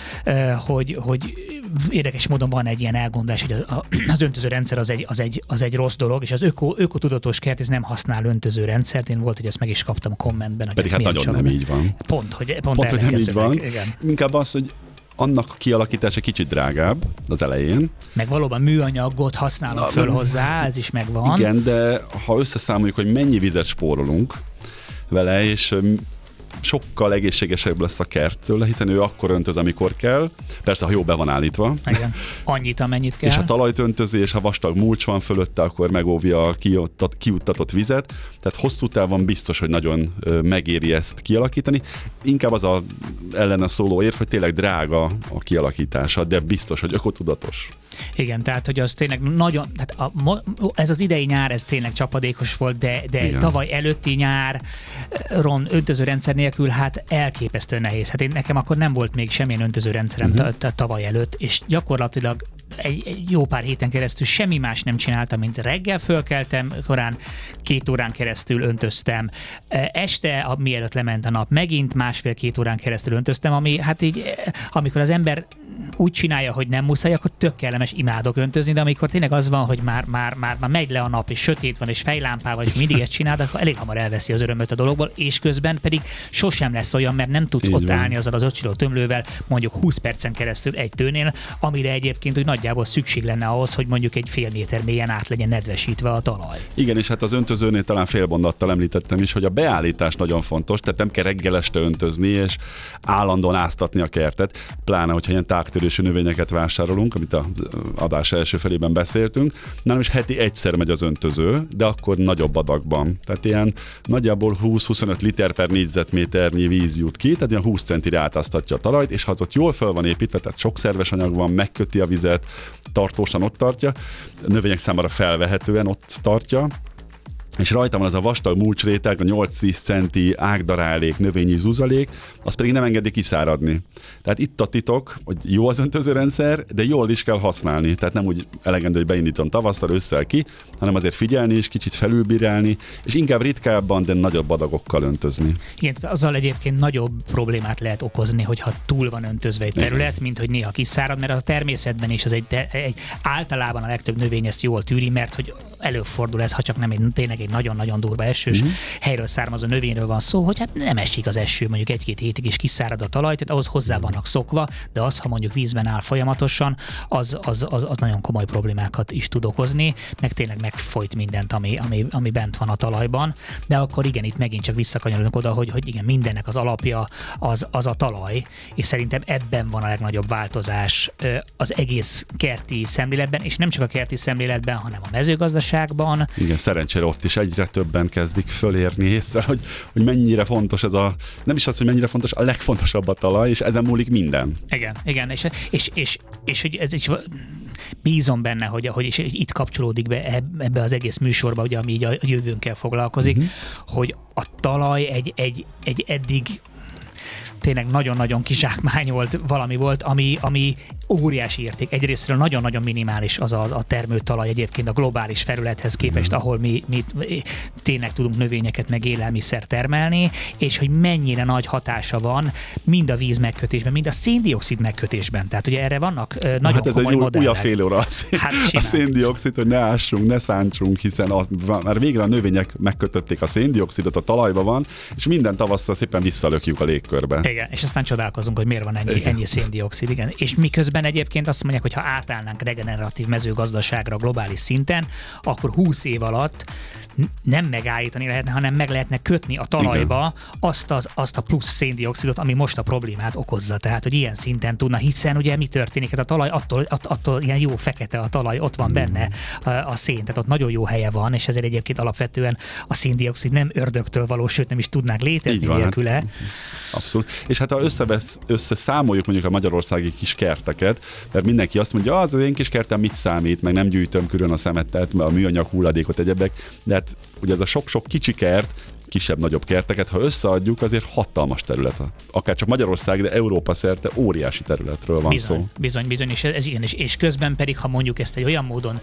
hogy, hogy érdekes módon van egy ilyen elgondolás, hogy az öntöző rendszer az egy, az egy, az egy rossz dolog, és az öko, ökotudatos kertész nem használ öntöző rendszert. Én volt, hogy ezt meg is kaptam a kommentben. Pedig hát nagyon nem így van. Pont, hogy, pont, pont hogy nem így van. Igen. Inkább az, hogy annak a kialakítása kicsit drágább az elején. Meg valóban műanyagot használunk Na, föl hozzá, ez is megvan. Igen, de ha összeszámoljuk, hogy mennyi vizet spórolunk vele, és sokkal egészségesebb lesz a kert tőle, hiszen ő akkor öntöz, amikor kell. Persze, ha jó be van állítva. Igen. Annyit, amennyit kell. És ha talajt öntözi, és ha vastag mulcs van fölötte, akkor megóvja a kiuttatott vizet. Tehát hosszú távon biztos, hogy nagyon megéri ezt kialakítani. Inkább az a ellene szóló érv, hogy tényleg drága a kialakítása, de biztos, hogy ökotudatos. Igen, tehát hogy az tényleg nagyon, tehát a, ez az idei nyár, ez tényleg csapadékos volt, de, de tavaly előtti nyáron öntözőrendszer nélkül hát elképesztően nehéz. Hát én, nekem akkor nem volt még semmilyen öntözőrendszerem uh-huh. tavaly előtt, és gyakorlatilag egy, egy jó pár héten keresztül semmi más nem csináltam, mint reggel fölkeltem, korán két órán keresztül öntöztem. Este, mielőtt lement a nap, megint másfél-két órán keresztül öntöztem, ami hát így, amikor az ember úgy csinálja, hogy nem muszáj, akkor tök kellemes, imádok öntözni, de amikor tényleg az van, hogy már, már, már, már megy le a nap, és sötét van, és fejlámpával, és mindig ezt csinálod, akkor elég hamar elveszi az örömöt a dologból, és közben pedig sosem lesz olyan, mert nem tudsz Így ott van. állni azzal az öt kiló tömlővel mondjuk húsz percen keresztül egy tőnél, amire egyébként úgy nagyjából szükség lenne ahhoz, hogy mondjuk egy fél méter mélyen át legyen nedvesítve a talaj. Igen, és hát az öntözőnél talán fél mondattal említettem is, hogy a beállítás nagyon fontos, tehát nem kell reggel este öntözni, és állandóan áztatni a kertet, pláne, hogyha ilyen tágtörésű növényeket vásárolunk, amit a adás első felében beszéltünk. Nálam is heti egyszer megy az öntöző, de akkor nagyobb adagban. Tehát ilyen nagyjából húsz-huszonöt liter per négyzetméternyi víz jut ki, tehát ilyen húsz centire átáztatja a talajt, és ha az ott jól fel van építve, tehát sok szerves anyag van, megköti a vizet, tartósan ott tartja, a növények számára felvehetően ott tartja, és rajta van az a vastag mulcsréteg, a nyolc-tíz centi ágdarálék, növényi zuzalék, azt pedig nem engedi kiszáradni. Tehát itt a titok, hogy jó az öntözőrendszer, de jól is kell használni. Tehát nem úgy elegendő, hogy beindítom tavasszal, ősszel ki, hanem azért figyelni és kicsit felülbírálni, és inkább ritkábban, de nagyobb adagokkal öntözni. Igen, azzal egyébként nagyobb problémát lehet okozni, hogyha túl van öntözve egy terület, mint hogy néha kiszárad, mert a természetben is az egy, egy általában a legtöbb növény ezt jól tűri, mert hogy előfordul ez, ha csak nem egy, tényleg egy nagyon-nagyon durva esős uh-huh. helyről származó növényről van szó, hogy hát nem esik az eső mondjuk egy-két hétig és kiszárad a talaj, tehát ahhoz hozzá vannak szokva, de az, ha mondjuk vízben áll folyamatosan, az, az, az, az nagyon komoly problémákat is tud okozni, meg tényleg megfojt mindent, ami, ami, ami bent van a talajban, de akkor igen, itt megint csak visszakanyarodunk oda, hogy, hogy igen, mindennek az alapja az, az a talaj, és szerintem ebben van a legnagyobb változás az egész kerti szemléletben, és nem csak a kerti szemléletben, hanem a mezőgazdaságban. Igen, szerencsére ott is és egyre többen kezdik fölérni észre, hogy, hogy mennyire fontos ez a, nem is az, hogy mennyire fontos, a legfontosabb a talaj, és ezen múlik minden. Igen, igen, és, és, és, és hogy ez is bízom benne, hogy, hogy és itt kapcsolódik be ebbe az egész műsorba, ugye, ami így a jövőnkkel foglalkozik, uh-huh. hogy a talaj egy, egy, egy eddig tényleg nagyon-nagyon kizsákmányolt valami volt, ami, ami óriási érték. Egyrésztről nagyon-nagyon minimális az a, a termőtalaj egyébként a globális felülethez képest, mm. ahol mi, mi tényleg tudunk növényeket meg élelmiszer termelni, és hogy mennyire nagy hatása van mind a víz megkötésben, mind a széndioxid megkötésben. Tehát ugye erre vannak uh, nagyon hát ez komoly egy modellek. újabb fél óra a, szén, hát a széndioxid, hogy ne ássunk, ne szántsunk, hiszen az, már végre a növények megkötötték a széndioxidot, a talajba van, és minden tavasszal szépen visszalökjük a légkörbe. Igen, és aztán csodálkozunk, hogy miért van ennyi, ennyi széndioxid, igen. És miközben egyébként azt mondják, hogy ha átállnánk regeneratív mezőgazdaságra globális szinten, akkor húsz év alatt nem megállítani lehetne, hanem meg lehetne kötni a talajba azt, az, azt a plusz széndioxidot, ami most a problémát okozza. Tehát, hogy ilyen szinten tudna, hiszen ugye mi történik? Hát a talaj attól, att, attól ilyen jó fekete a talaj, ott van benne a, a szén, tehát ott nagyon jó helye van, és ezért egyébként alapvetően a széndioxid nem ördögtől való, sőt nem is tudnánk létezni nélküle. Abszolút. És hát ha összevesz, összeszámoljuk mondjuk a magyarországi kis kerteket, mert mindenki azt mondja, az az én kis kertem mit számít, meg nem gyűjtöm külön a szemetet, a műanyag hulladékot, egyebek, de hát ugye ez a sok-sok kicsi kert, kisebb-nagyobb kerteket, ha összeadjuk, azért hatalmas terület. Akár csak Magyarország, de Európa szerte óriási területről van bizony, szó. Bizony, bizony, és, ez, igen, és, és közben pedig, ha mondjuk ezt egy olyan módon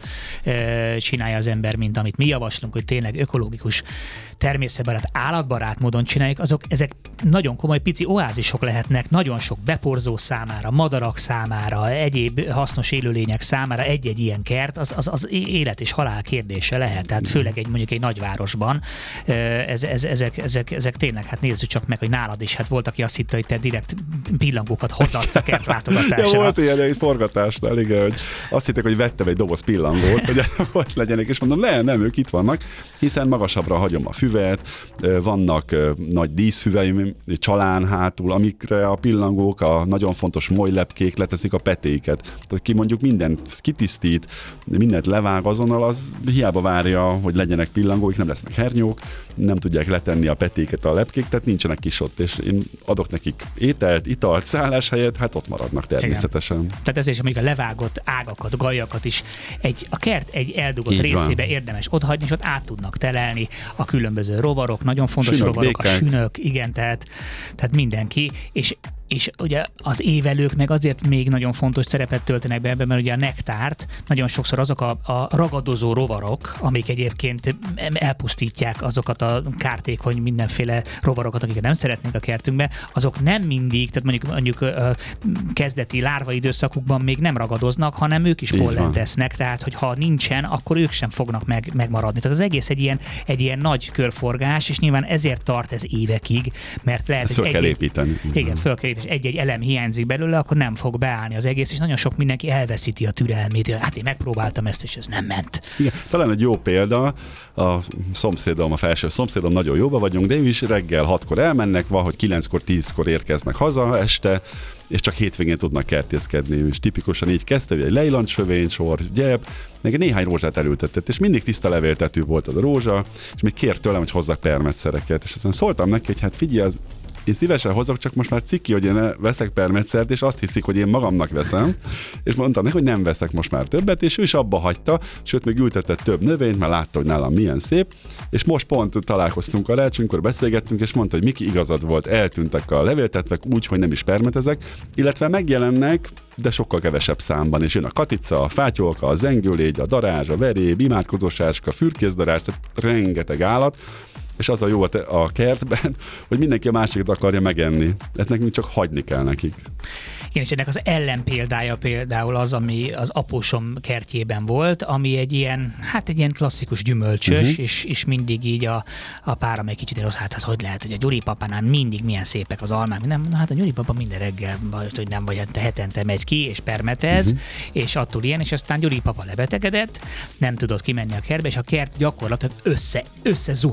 e, csinálja az ember, mint amit mi javaslunk, hogy tényleg ökológikus, természetbarát, állatbarát módon csináljuk, azok ezek nagyon komoly pici oázisok lehetnek, nagyon sok beporzó számára, madarak számára, egyéb hasznos élőlények számára egy-egy ilyen kert, az, az, az élet és halál kérdése lehet. Tehát főleg egy mondjuk egy nagyvárosban ez, ez, ezek, ezek, ezek tényleg, hát nézzük csak meg, hogy nálad is, hát volt, aki azt hitte, hogy te direkt pillangókat hozadsz a kertlátogatásra. Ja, volt ilyen egy forgatásnál, igen, hogy azt hittek, hogy vettem egy doboz pillangót, hogy ott legyenek, és mondom, nem, nem, ők itt vannak, hiszen magasabbra hagyom a füvet, vannak nagy díszfüveim, csalán hátul, amikre a pillangók, a nagyon fontos molylepkék leteszik a petéket. Tehát ki mondjuk mindent kitisztít, mindent levág azonnal, az hiába várja, hogy legyenek pillangóik, nem lesznek hernyók, nem tudják letenni a petéket a lepkék, tehát nincsenek is ott, és én adok nekik ételt, italt, szálláshelyet, hát ott maradnak természetesen. Igen. Tehát ezért is mondjuk a levágott ágakat, gajakat is egy, a kert egy eldugott így részébe van. Érdemes odahagyni, és ott át tudnak telelni a különböző rovarok, nagyon fontos sünök, rovarok, békák. A sünök, igen, tehát, tehát mindenki, és és ugye az évelők meg azért még nagyon fontos szerepet töltenek be ebben, mert ugye a nektárt nagyon sokszor azok a, a ragadozó rovarok, amik egyébként elpusztítják azokat a kártékony mindenféle rovarokat, akiket nem szeretnénk a kertünkbe, azok nem mindig, tehát mondjuk, mondjuk a kezdeti lárva időszakukban még nem ragadoznak, hanem ők is pollent tesznek, tehát hogyha nincsen, akkor ők sem fognak meg, megmaradni. Tehát az egész egy ilyen, egy ilyen nagy körforgás, és nyilván ezért tart ez évekig, mert lehet, ezt hogy kell egy, építeni. Igen, föl kell építeni. Egy-egy elem hiányzik belőle, akkor nem fog beállni az egész, és nagyon sok mindenki elveszíti a türelmét. Hát én megpróbáltam ezt, és ez nem ment. Igen, talán egy jó példa, a szomszédom, a felső szomszédom, nagyon jóba vagyunk, de ő is reggel hatkor elmennek, valahogy kilenckor, tízkor érkeznek haza este, és csak hétvégén tudnak kertészkedni. És tipikusan így kezdte, hogy egy lejlancsövény, sor, gyep, meg néhány rózsát elültetett, és mindig tiszta levéltetű volt az a rózsa, és még kért tőlem, hogy hozzak permetszereket. És aztán szóltam neki, hogy hát figyelj, az én szívesen hozok, csak most már ciki, hogy én veszek permetszert, és azt hiszik, hogy én magamnak veszem. És mondtam neki, hogy nem veszek most már többet, és ő is abba hagyta, sőt, még ültetett több növényt, mert látta, hogy nálam milyen szép. És most pont találkoztunk a rácsünkkor, beszélgettünk, és mondta, hogy Miki, igazad volt, eltűntek a levéltetvek úgy, hogy nem is permetezek, illetve megjelennek, de sokkal kevesebb számban, és jön a katica, a fátyolka, a zengőlégy, a darázs, a veréb, imádkozósáska, fürkészdarázs, tehát rengeteg állat. És az a jó a kertben, hogy mindenki a másikat akarja megenni. Tehát nekünk csak hagyni kell nekik. Igen, és ennek az ellenpéldája például az, ami az apósom kertjében volt, ami egy ilyen, hát egy ilyen klasszikus gyümölcsös, uh-huh. és, és mindig így a, a páram egy kicsit rossz, hát, hát hogy lehet, hogy a Gyuri papánál mindig milyen szépek az almák, nem, na, hát a Gyuri papa minden reggel, vagy hogy nem, vagy hát hetente megy ki, és permetez, uh-huh. és attól ilyen, és aztán Gyuri papa lebetegedett, nem tudott kimenni a kertbe, és a kert gyakorlatilag össze, összezuhant.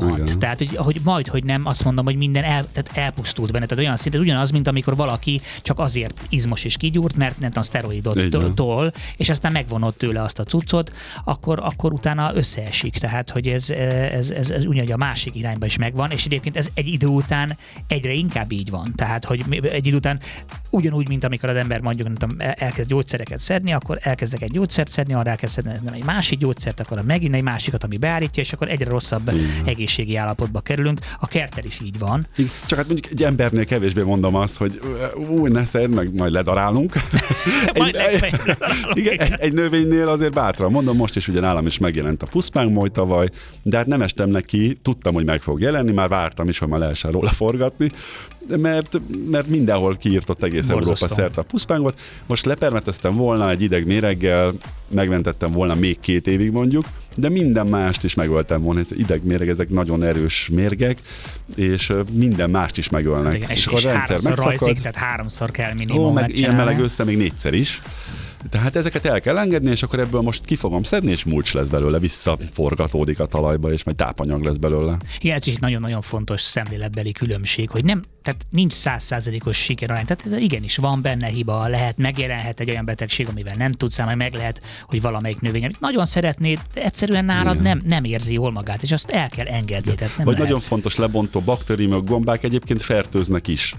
Tehát, hogy, hogy majd, hogy nem, azt mondom, hogy minden el, tehát elpusztult benne. Tehát olyan szinten ugyanaz, mint amikor valaki csak azért izmos és kigyúrt, mert nem tudom, szteroidot tol, és aztán megvonott tőle azt a cuccot, akkor, akkor utána összeesik. Tehát, hogy ez, ez, ez, ez ugyanúgy a másik irányba is megvan, és egyébként ez egy idő után egyre inkább így van. Tehát, hogy egy idő után ugyanúgy, mint amikor az ember mondjuk elkezd gyógyszereket szedni, akkor elkezdek egy gyógyszert szedni, arra elkezd szedni egy másik gyógyszert, akkor megint egy másikat, ami beállítja, és akkor egyre rosszabb igen. egészségi állapotba kerülünk. A kerttel is így van. Csak hát mondjuk egy embernél kevésbé mondom azt, hogy új, ne szedd, meg majd ledarálunk. majd egy, igen, egy, egy növénynél azért bátran mondom, most is ugye nálam is megjelent a puszpángmoly tavaly, de hát nem estem neki, tudtam, hogy meg fog jelenni, már vártam is, hogy már lehessen róla forgatni, mert, mert mindenhol kiírtott egész Borzasztó. Európa szerte a puszpángot. Most lepermeteztem volna egy ideg méreggel, megmentettem volna még két évig mondjuk, de minden mást is megöltem volna. Ez idegméreg, ezek nagyon erős mérgek, és minden mást is megölnek. Igen, és, és, és háromszor rajzik, tehát háromszor kell minimum Ó, meg ilyen meleg össze még négyszer is. Tehát ezeket el kell engedni, és akkor ebből most ki fogom szedni, és mulcs lesz belőle, visszaforgatódik a talajba, és majd tápanyag lesz belőle. Igen, ez is nagyon-nagyon fontos szemléletbeli különbség, hogy nem, tehát nincs száz százalékos sikerarány, tehát igenis van benne hiba, lehet, megjelenhet egy olyan betegség, amivel nem tudsz számolni, meg lehet, hogy valamelyik növény, amit nagyon szeretnéd, egyszerűen nálad nem, nem érzi jól magát, és azt el kell engedni. Tehát nem Vagy lehet. Nagyon fontos lebontó baktériumok, gombák egyébként fertőznek is.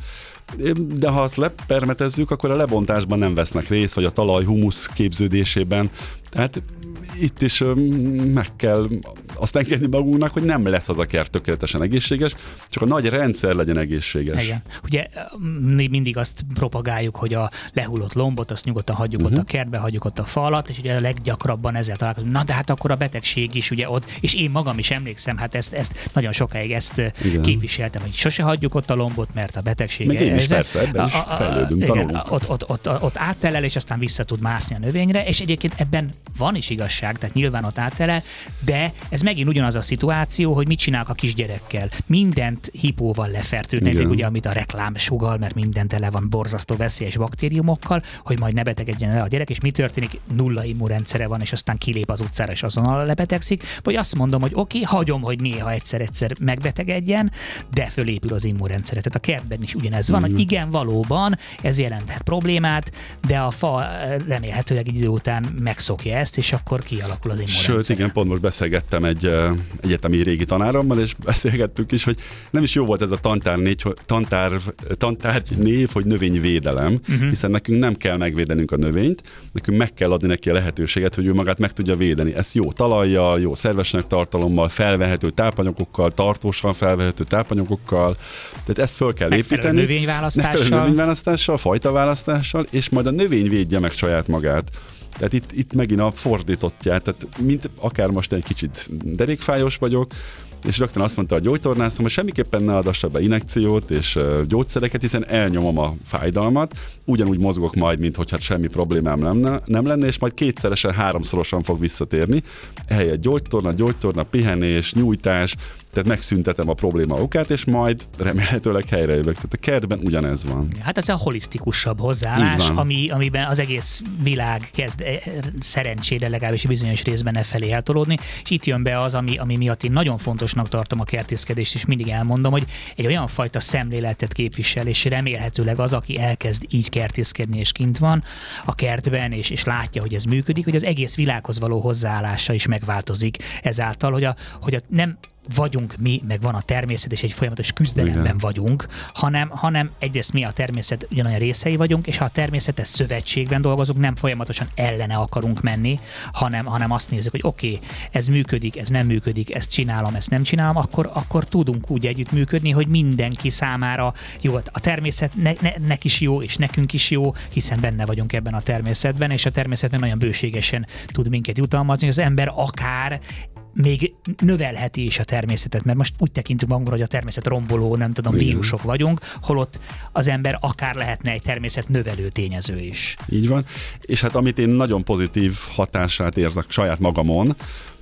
De ha azt lepermetezzük, akkor a lebontásban nem vesznek részt, vagy a talaj humusz képződésében. Tehát itt is meg kell azt engedni magunknak, hogy nem lesz az a kert tökéletesen egészséges, csak a nagy rendszer legyen egészséges. Igen. Ugye mi mindig azt propagáljuk, hogy a lehullott lombot, azt nyugodtan hagyjuk uh-huh. ott a kertbe, hagyjuk ott a fa alatt, és ugye a leggyakrabban ezzel találkozunk. Na de hát akkor a betegség is ugye ott, és én magam is emlékszem, hát ezt, ezt nagyon sokáig ezt igen. képviseltem, hogy sose hagyjuk ott a lombot, mert a betegség... Meg én is persze, ebben is fejlődünk, tanulunk. Igen, ott, ott, ott, ott áttelel, és aztán vissza tud mászni a növényre, és egyébként ebben van is igazság, tehát nyilván ott áttelel, de ez megint ugyanaz a szituáció, hogy mit csinálnak a kisgyerekkel. Mindent hipóval lefertőznek, ugye, amit a reklám sugal, mert minden tele van borzasztó veszélyes baktériumokkal, hogy majd ne betegedjen le a gyerek, és mi történik? Nulla immunrendszere van, és aztán kilép az utcára, és azonnal lebetegszik. Vagy azt mondom, hogy oké, okay, hagyom, hogy néha egyszer-egyszer megbetegedjen, de fölépül az immunrendszere. Tehát a kertben is ugyanez van, mm. hogy igen, valóban ez jelenthet problémát, de a fa remélhetőleg idő után megszokja ezt, és akkor kialakul az immunrendszer. Sőt, igen, pont most beszélgettem egy uh, egyetemi régi tanárommal, és beszélgettünk is, hogy nem is jó volt ez a tantár négy, tantár, tantárgy név, hogy növényvédelem, uh-huh. hiszen nekünk nem kell megvédenünk a növényt, nekünk meg kell adni neki a lehetőséget, hogy ő magát meg tudja védeni. Ez jó talajjal, jó szervesanyag tartalommal, felvehető tápanyagokkal, tartósan felvehető tápanyagokkal, tehát ezt föl kell építeni. Megfelelő növényválasztással. növényválasztással, fajtaválasztással, és majd a növény védje meg saját magát. Tehát itt, itt megint a fordítottját, tehát mint akár most egy kicsit derékfájós vagyok, és rögtön azt mondta a gyógytornászom, hogy semmiképpen ne adassak be injekciót és uh, gyógyszereket, hiszen elnyomom a fájdalmat, ugyanúgy mozgok majd, mint hogyha semmi problémám lenne, nem lenne, és majd kétszeresen, háromszorosan fog visszatérni. Ehelyett gyógytorna, gyógytorna, pihenés, nyújtás, tehát megszüntetem a probléma okát, és majd remélhetőleg helyrejövök. Tehát a kertben ugyanez van. Hát ez a holisztikusabb hozzáállás, ami, amiben az egész világ kezd szerencsére legalábbis bizonyos részben e felé eltolódni, és itt jön be az, ami, ami miatt én nagyon fontosnak tartom a kertészkedést, és mindig elmondom, hogy egy olyan fajta szemléletet képvisel, és remélhetőleg az, aki elkezd így kertészkedni, és kint van a kertben, és, és látja, hogy ez működik, hogy az egész világhoz való hozzáállása is megváltozik ezáltal, hogy, a, hogy a nem vagyunk mi, meg van a természet, és egy folyamatos küzdelemben igen. vagyunk, hanem, hanem egyrészt mi a természet ugyanolyan részei vagyunk, és ha a természetes szövetségben dolgozunk, nem folyamatosan ellene akarunk menni, hanem, hanem azt nézzük, hogy oké, okay, ez működik, ez nem működik, ezt csinálom, ezt nem csinálom, akkor, akkor tudunk úgy együttműködni, hogy mindenki számára jó, a természet ne, ne, nek is jó, és nekünk is jó, hiszen benne vagyunk ebben a természetben, és a természetben nagyon bőségesen tud minket jutalmazni, az ember akár még növelheti is a természetet, mert most úgy tekintünk magunkra, hogy a természet romboló, nem tudom, igen. vírusok vagyunk, holott az ember akár lehetne egy természet növelő tényező is. Így van, és hát amit én nagyon pozitív hatását érzek saját magamon,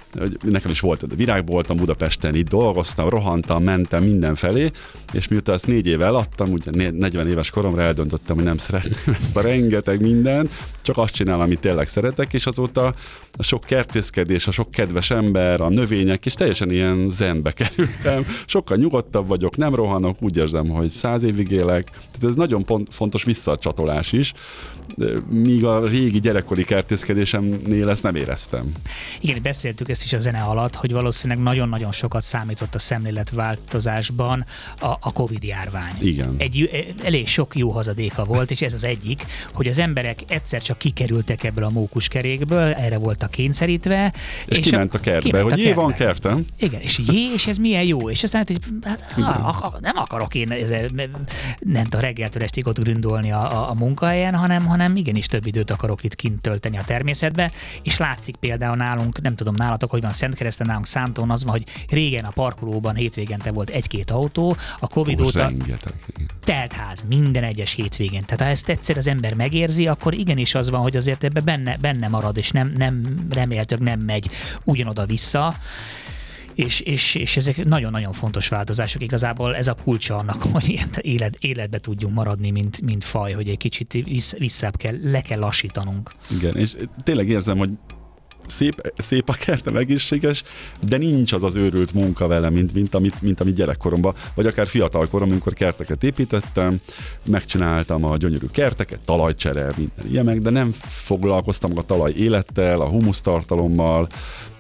nekem is volt virágboltom Budapesten, itt dolgoztam, rohantam, mentem mindenfelé, és miután ezt négy éve eladtam, ugye negyven éves koromra eldöntöttem, hogy nem szeretném ezt a rengeteg mindent, csak azt csinálom, amit tényleg szeretek, és azóta a sok kertészkedés, a sok kedves ember, a növények, és teljesen ilyen zenbe kerültem. Sokkal nyugodtabb vagyok, nem rohanok, úgy érzem, hogy száz évig élek. Tehát ez nagyon pont, fontos visszacsatolás is, míg a régi gyerekkori kertészkedésemnél ezt nem éreztem. Igen, beszéltük ezt is a zene alatt, hogy valószínűleg nagyon-nagyon sokat számított a szemléletváltozásban a, a Covid-járvány. Igen. Egy elég sok jó hazadéka volt, és ez az egyik, hogy az emberek egyszer csak kikerültek ebből a mókuskerékből, erre voltak kényszerítve. És, és kiment a kertbe, kiment hogy jé, van kertem. Igen, és jé, és ez milyen jó. És aztán, hogy hát, ha, nem akarok én ezzel, nem a reggeltől estig ott gründolni a, a, a munkahelyen, hanem, hanem igenis több időt akarok itt kint tölteni a természetbe, és látszik például nálunk, nem tudom nálatok, hogy van Szentkereszten, nálunk Szántón az van, hogy régen a parkolóban hétvégente volt egy-két autó, a Covid Most óta rengeteg. teltház minden egyes hétvégén. Tehát ha ezt egyszer az ember megérzi, akkor igenis az van, hogy azért ebbe benne, benne marad, és nem, nem remélhetőleg nem megy ugyanoda-vissza. És, és, és ezek nagyon-nagyon fontos változások. Igazából ez a kulcsa annak, hogy ilyen élet, életbe tudjunk maradni, mint, mint faj, hogy egy kicsit vissz, visszább kell, le kell lassítanunk. Igen, és tényleg érzem, hogy Szép, szép a kertem, egészséges, de nincs az az őrült munka vele, mint, mint, amit, mint amit gyerekkoromban, vagy akár fiatalkorom, amikor kerteket építettem, megcsináltam a gyönyörű kerteket, talajcsere, minden ilyenek, de nem foglalkoztam a talaj élettel, a humusztartalommal,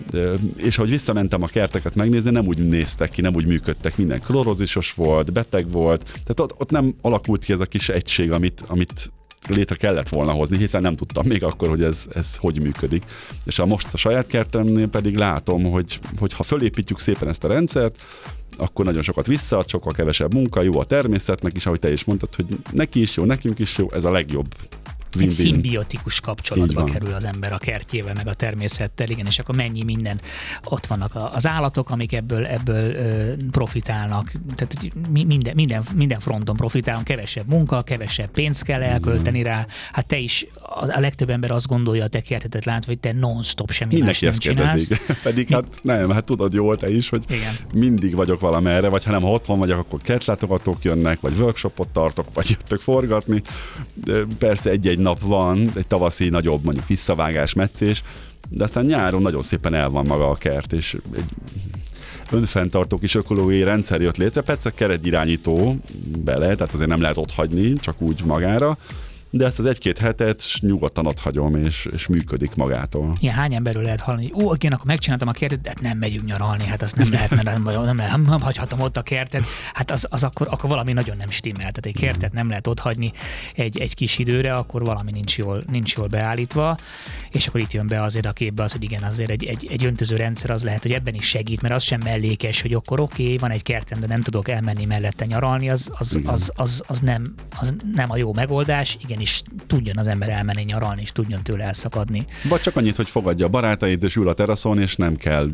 és ahogy visszamentem a kerteket megnézni, nem úgy néztek ki, nem úgy működtek, minden klorózisos volt, beteg volt, tehát ott, ott nem alakult ki ez a kis egység, amit, amit létre kellett volna hozni, hiszen nem tudtam még akkor, hogy ez, ez hogy működik. És a most a saját kertemnél pedig látom, hogy, hogy ha fölépítjük szépen ezt a rendszert, akkor nagyon sokat visszaad, sokkal kevesebb munka, jó a természetnek is, ahogy te is mondtad, hogy neki is jó, nekünk is jó, ez a legjobb. Egy szimbiotikus kapcsolatba kerül az ember a kertjével, meg a természettel, igen, és akkor mennyi minden, ott vannak az állatok, amik ebből, ebből profitálnak, tehát minden, minden, minden fronton profitálunk, kevesebb munka, kevesebb pénzt kell elkölteni rá, hát te is, a legtöbb ember azt gondolja a te kertetet látva, hogy te non-stop semmi mindenki más nem csinálsz. Pedig hát nem, hát tudod jól te is, hogy igen. Mindig vagyok valamerre, vagy ha nem, ha otthon vagyok, akkor kertlátogatók jönnek, vagy workshopot tartok, vagy jöttök forgatni. Persze egy-egy nap van, egy tavaszi nagyobb mondjuk visszavágás, metszés, de aztán nyáron nagyon szépen el van maga a kert, és egy önfenntartó kis ökológiai rendszer jött létre, persze keretirányító bele, tehát azért nem lehet ott hagyni, csak úgy magára, de ezt az egy-két hetet nyugodtan ott hagyom, és, és működik magától. Igen, hány emberről lehet hallani, ó, igen, akkor megcsináltam a kertet, de hát nem megyünk nyaralni, hát azt nem lehet, mert nem, nem, nem, nem hagyhatom ott a kertet, hát az, az akkor, akkor valami nagyon nem stimmel, tehát egy kertet nem lehet ott hagyni egy, egy kis időre, akkor valami nincs jól, nincs jól beállítva, és akkor itt jön be azért a képbe az, hogy igen, azért egy, egy, egy öntöző rendszer az lehet, hogy ebben is segít, mert az sem mellékes, hogy akkor oké, okay, van egy kertem, de nem tudok elmenni mellette nyaralni, az, az, az, az, az, nem, az nem a jó megoldás, igen, és tudjon az ember elmenni nyaralni, és tudjon tőle elszakadni. Vagy csak annyit, hogy fogadja a barátait, és ül a teraszon, és nem kell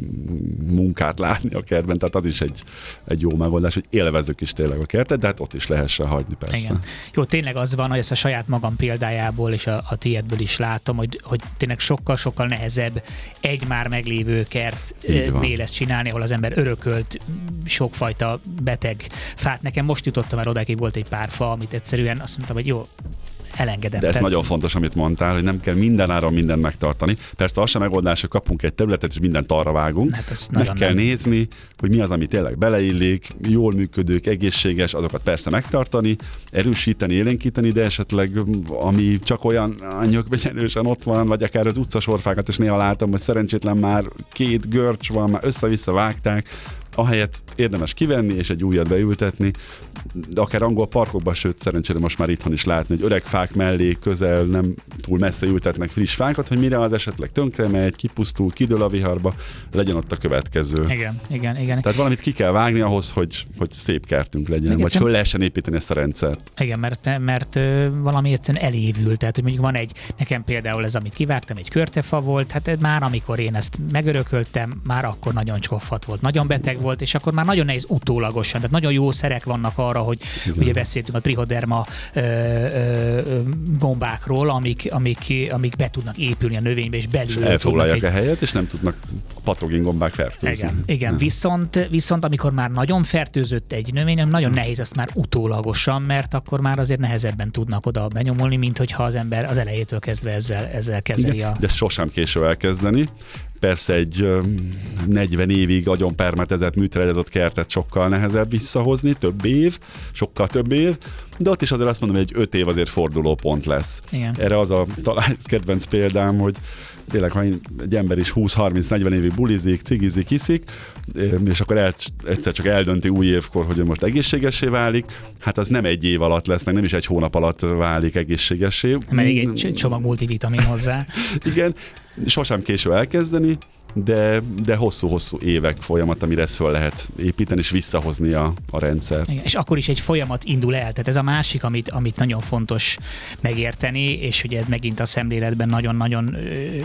munkát látni a kertben, tehát az is egy, egy jó megoldás, hogy élvezzük is tényleg a kertet, de hát ott is lehessen hagyni persze. Igen. Jó, tényleg az van, hogy ezt a saját magam példájából és a, a tiédből is látom, hogy, hogy tényleg sokkal-sokkal nehezebb egy már meglévő kertnél ezt csinálni, ahol az ember örökölt sokfajta beteg fát. Nekem most jutottam el odáig, volt egy pár fa, amit egyszerűen azt mondtam, hogy jó, elengedem. De ez Tehát... nagyon fontos, amit mondtál, hogy nem kell minden áron mindent megtartani. Persze az sem megoldás, hogy kapunk egy területet, és mindent arra vágunk. Hát meg kell nem. nézni, hogy mi az, ami tényleg beleillik, jól működők, egészséges, azokat persze megtartani, erősíteni, élénkíteni, de esetleg ami csak olyan anyagvegyenősen ott van, vagy akár az utcasorfákat is néha látom, hogy szerencsétlen már két görcs van, már össze-vissza vágták, ahelyett érdemes kivenni és egy újat beültetni, de akár angol parkokban, sőt szerencsére most már itthon is látni, hogy öreg fák mellé közel nem túl messze ültetnek friss fákat, hogy mire az esetleg tönkre megy, kipusztul, kidől a viharba, legyen ott a következő. Igen, igen, igen. Tehát valamit ki kell vágni ahhoz, hogy, hogy szép kertünk legyen, igen, vagy föl lehessen építeni ezt a rendszert. Igen, mert, mert valami egyszerűen elévül, tehát hogy mondjuk van egy, nekem például ez, amit kivágtam, egy körtefa volt, hát már amikor én ezt megörököltem, már akkor nagyon csofat volt, nagyon beteg volt, volt, és akkor már nagyon nehéz utólagosan, tehát nagyon jó szerek vannak arra, hogy igen. ugye beszéltünk a trichoderma ö, ö, gombákról, amik, amik, amik be tudnak épülni a növénybe, és belül elfoglalják egy... a helyet, és nem tudnak patogén gombák fertőzni. Igen, igen. Viszont, viszont amikor már nagyon fertőzött egy növény, nagyon nehéz ezt már utólagosan, mert akkor már azért nehezebben tudnak oda benyomulni, mint hogyha az ember az elejétől kezdve ezzel, ezzel kezeli a... De sosem késő elkezdeni. Persze egy negyven évig agyonpermetezett, műtrágyazott kertet sokkal nehezebb visszahozni, több év, sokkal több év, de ott is azért azt mondom, hogy egy öt év azért fordulópont lesz. Igen. Erre az a talán kedvenc példám, hogy tényleg, ha egy ember is húsz-harminc-negyven évig bulizik, cigizik, iszik, és akkor el, egyszer csak eldönti új évkor, hogy ő most egészségessé válik, hát az nem egy év alatt lesz, meg nem is egy hónap alatt válik egészségessé. Elég egy csomag multivitamin hozzá. Igen, sosem késő elkezdeni, de, de hosszú-hosszú évek folyamat, amire ezt föl lehet építeni, és visszahozni a, a rendszert. Igen, és akkor is egy folyamat indul el. Tehát ez a másik, amit, amit nagyon fontos megérteni, és ugye ez megint a szemléletben nagyon-nagyon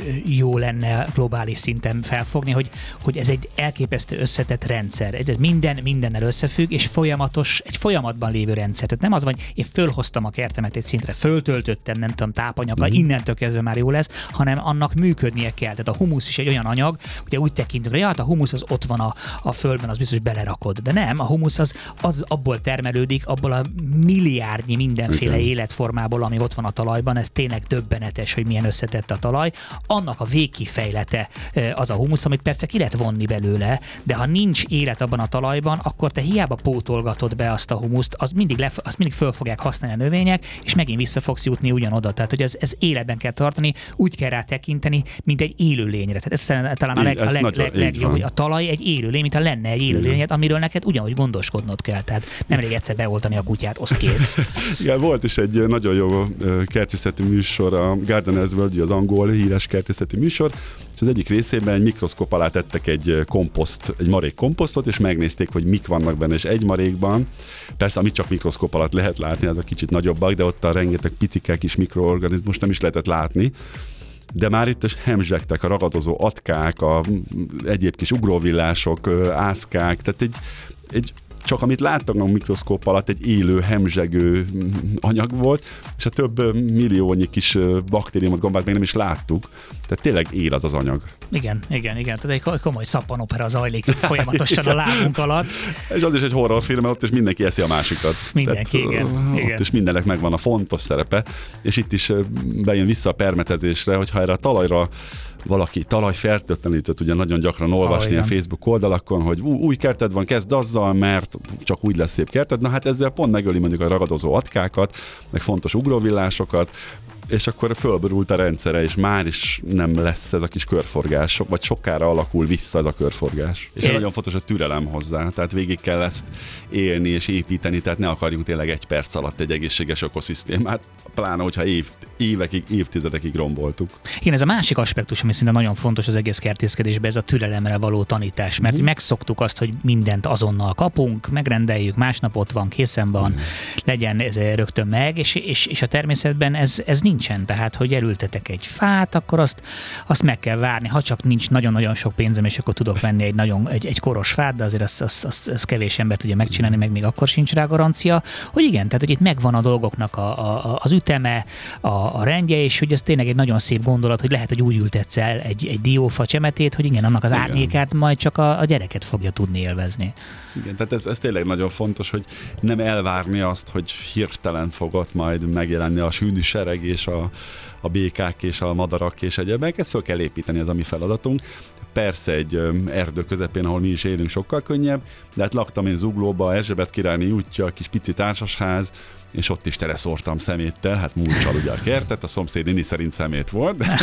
jó lenne globális szinten felfogni, hogy, hogy ez egy elképesztő összetett rendszer. Ez minden mindennel összefügg, és folyamatos, egy folyamatban lévő rendszer. Tehát nem az van, hogy én fölhoztam a kertemet egy szintre, föltöltöttem, nem tudom, tápanyaggal, mm. innentől kezdve már jó lesz, hanem annak működnie kell. Tehát a humusz is egy olyan anyag, ugye úgy tekintünk, hogy hát a humusz az ott van a, a földben, az biztos belerakod. De nem, a humusz az, az abból termelődik, abból a milliárdnyi mindenféle okay. életformából, ami ott van a talajban, ez tényleg döbbenetes, hogy milyen összetett a talaj. Annak a végkifejlete az a humusz, amit persze ki lehet vonni belőle, de ha nincs élet abban a talajban, akkor te hiába pótolgatod be azt a humuszt, az mindig, le, azt mindig föl fogják használni a növények, és megint vissza fogsz jutni ugyanoda. Tehát, hogy ez, ez életben kell tartani, úgy kell rá tekinteni, mint egy élőlényre. Tehát ez talán a, leg, a leg, leg, legjobb, hogy a talaj egy élőlény, mint ha lenne egy élőlény, amiről neked ugyanúgy gondoskodnod kell. Tehát nem elég egyszer beoltani a kutyát, azt kész. Igen, volt is egy nagyon jó kertészeti műsor, a Gardener's World, az angol híres kertészeti műsor, és az egyik részében egy mikroszkóp alá tettek egy komposzt, egy marék komposztot, és megnézték, hogy mik vannak benne, és egy marékban, persze amit csak mikroszkóp alatt lehet látni, az a kicsit nagyobbak, de ott a rengeteg picike kis mikroorganizmus nem is lehetett látni, de már itt is hemzsegtek a ragadozó atkák, a egyéb kis ugróvillások, ászkák, tehát egy, egy csak amit láttak a mikroszkóp alatt, egy élő, hemzsegő anyag volt, és a több milliónyi kis baktériumot, gombát még nem is láttuk. Tehát tényleg él az az anyag. Igen, igen, igen. Tehát egy komoly szappanopera zajlik folyamatosan a lábunk alatt. És az is egy horrorfilm, ott is mindenki eszi a másikat. Mindenki, Tehát, igen, ott igen. is mindennek megvan a fontos szerepe, és itt is bejön vissza a permetezésre, hogyha erre a talajra valaki talajfertőtlenítőt ugye nagyon gyakran olvasni oh, a Facebook oldalakon, hogy új kerted van, kezd azzal, mert csak úgy lesz szép kerted. Na hát ezzel pont megöli mondjuk a ragadozó atkákat, meg fontos ugróvillásokat, és akkor fölborult a rendszere, és már is nem lesz ez a kis körforgás, vagy sokára alakul vissza ez a körforgás. És é. nagyon fontos a türelem hozzá, tehát végig kell ezt élni és építeni, tehát ne akarjunk tényleg egy perc alatt egy egészséges ökoszisztémát, pláne, hogyha év, évekig, évtizedekig romboltuk. Igen, ez a másik aspektus, ami szinte nagyon fontos az egész kertészkedésben, ez a türelemre való tanítás, mert mm. megszoktuk azt, hogy mindent azonnal kapunk, megrendeljük, másnap ott van, készen van, mm. legyen ez rögtön meg, és, és, és a természetben ez, ez nincsen. Tehát, hogy elültetek egy fát, akkor azt, azt meg kell várni, ha csak nincs nagyon-nagyon sok pénzem, és akkor tudok venni egy nagyon egy, egy koros fát, de azért azt, azt, azt, azt kevés ember tudja megcsinálni, meg még akkor sincs rá garancia, hogy igen, tehát, hogy itt megvan a dolgoknak a, a, az üteme, a, a rendje, és hogy ez tényleg egy nagyon szép gondolat, hogy lehet, hogy úgy ültetsz el egy, egy diófa csemetét, hogy igen, annak az igen. árnyékát majd csak a, a gyereket fogja tudni élvezni. Igen, tehát ez, ez tényleg nagyon fontos, hogy nem elvárni azt, hogy hirtelen fogott majd megjelenni a sűnű sereg és a, a békák és a madarak és egyebek, ezt fel kell építeni, ez a mi feladatunk. Persze egy erdő közepén, ahol mi is élünk, sokkal könnyebb, de hát laktam én Zuglóba, Erzsébet királyné útja, kis pici társasház, és ott is teleszórtam szeméttel, hát múlcsal ugye a kertet, a szomszéd Nini szerint szemét volt, de,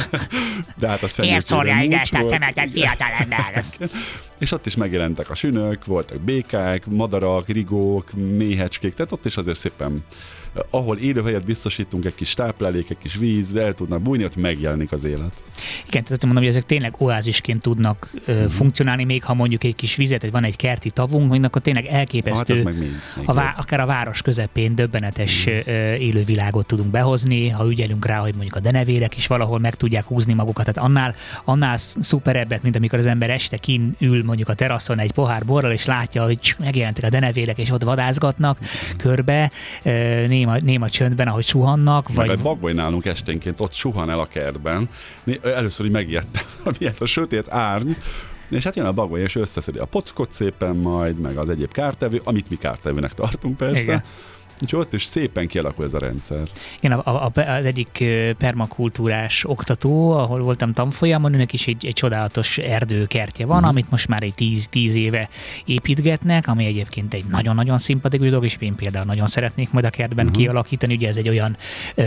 de hát az fenyőtőre múlcs volt. Szemetet, fiatalember! És ott is megjelentek a sünök, voltak békák, madarak, rigók, méhecskék, tehát ott is azért szépen, ahol élőhelyet biztosítunk, egy kis táplálék, egy kis víz, el tudnak bújni, ott megjelenik az élet. Igen, tehát mondom, hogy ezek tényleg oázisként tudnak uh, uh-huh. funkcionálni, még ha mondjuk egy kis vizet, van egy kerti tavunk, hogy akkor tényleg elképesztő, hát meg még, még a vá- akár a város közepén döbbenetes uh-huh. élővilágot tudunk behozni, ha ügyelünk rá, hogy mondjuk a denevérek is valahol meg tudják húzni magukat, tehát annál, annál szuperebbet, mint amikor az ember este kín ül mondjuk a teraszon egy pohár borral, és látja, hogy megjelentek a denevérek, és ott vadászgatnak uh-huh. körbe, néma, néma csöndben, ahogy suhannak. Vagy... Vagy... Egy bagboly nálunk esténként ott suhan el a kertben. Először így megijedtem, ami ez a sötét árny, és hát jön a bagboly, és összeszedi a pockot szépen majd, meg az egyéb kártevő, amit mi kártevőnek tartunk persze. Igen. Úgyhogy ott is szépen kialakul ez a rendszer. Én a, a, az egyik permakultúrás oktató, ahol voltam tanfolyamon, önnek is egy, egy csodálatos erdőkertje van, uh-huh. amit most már egy tíz, tíz éve építgetnek, ami egyébként egy nagyon-nagyon szimpatikus dolog, és én például nagyon szeretnék majd a kertben uh-huh. kialakítani. Ugye ez egy olyan ö,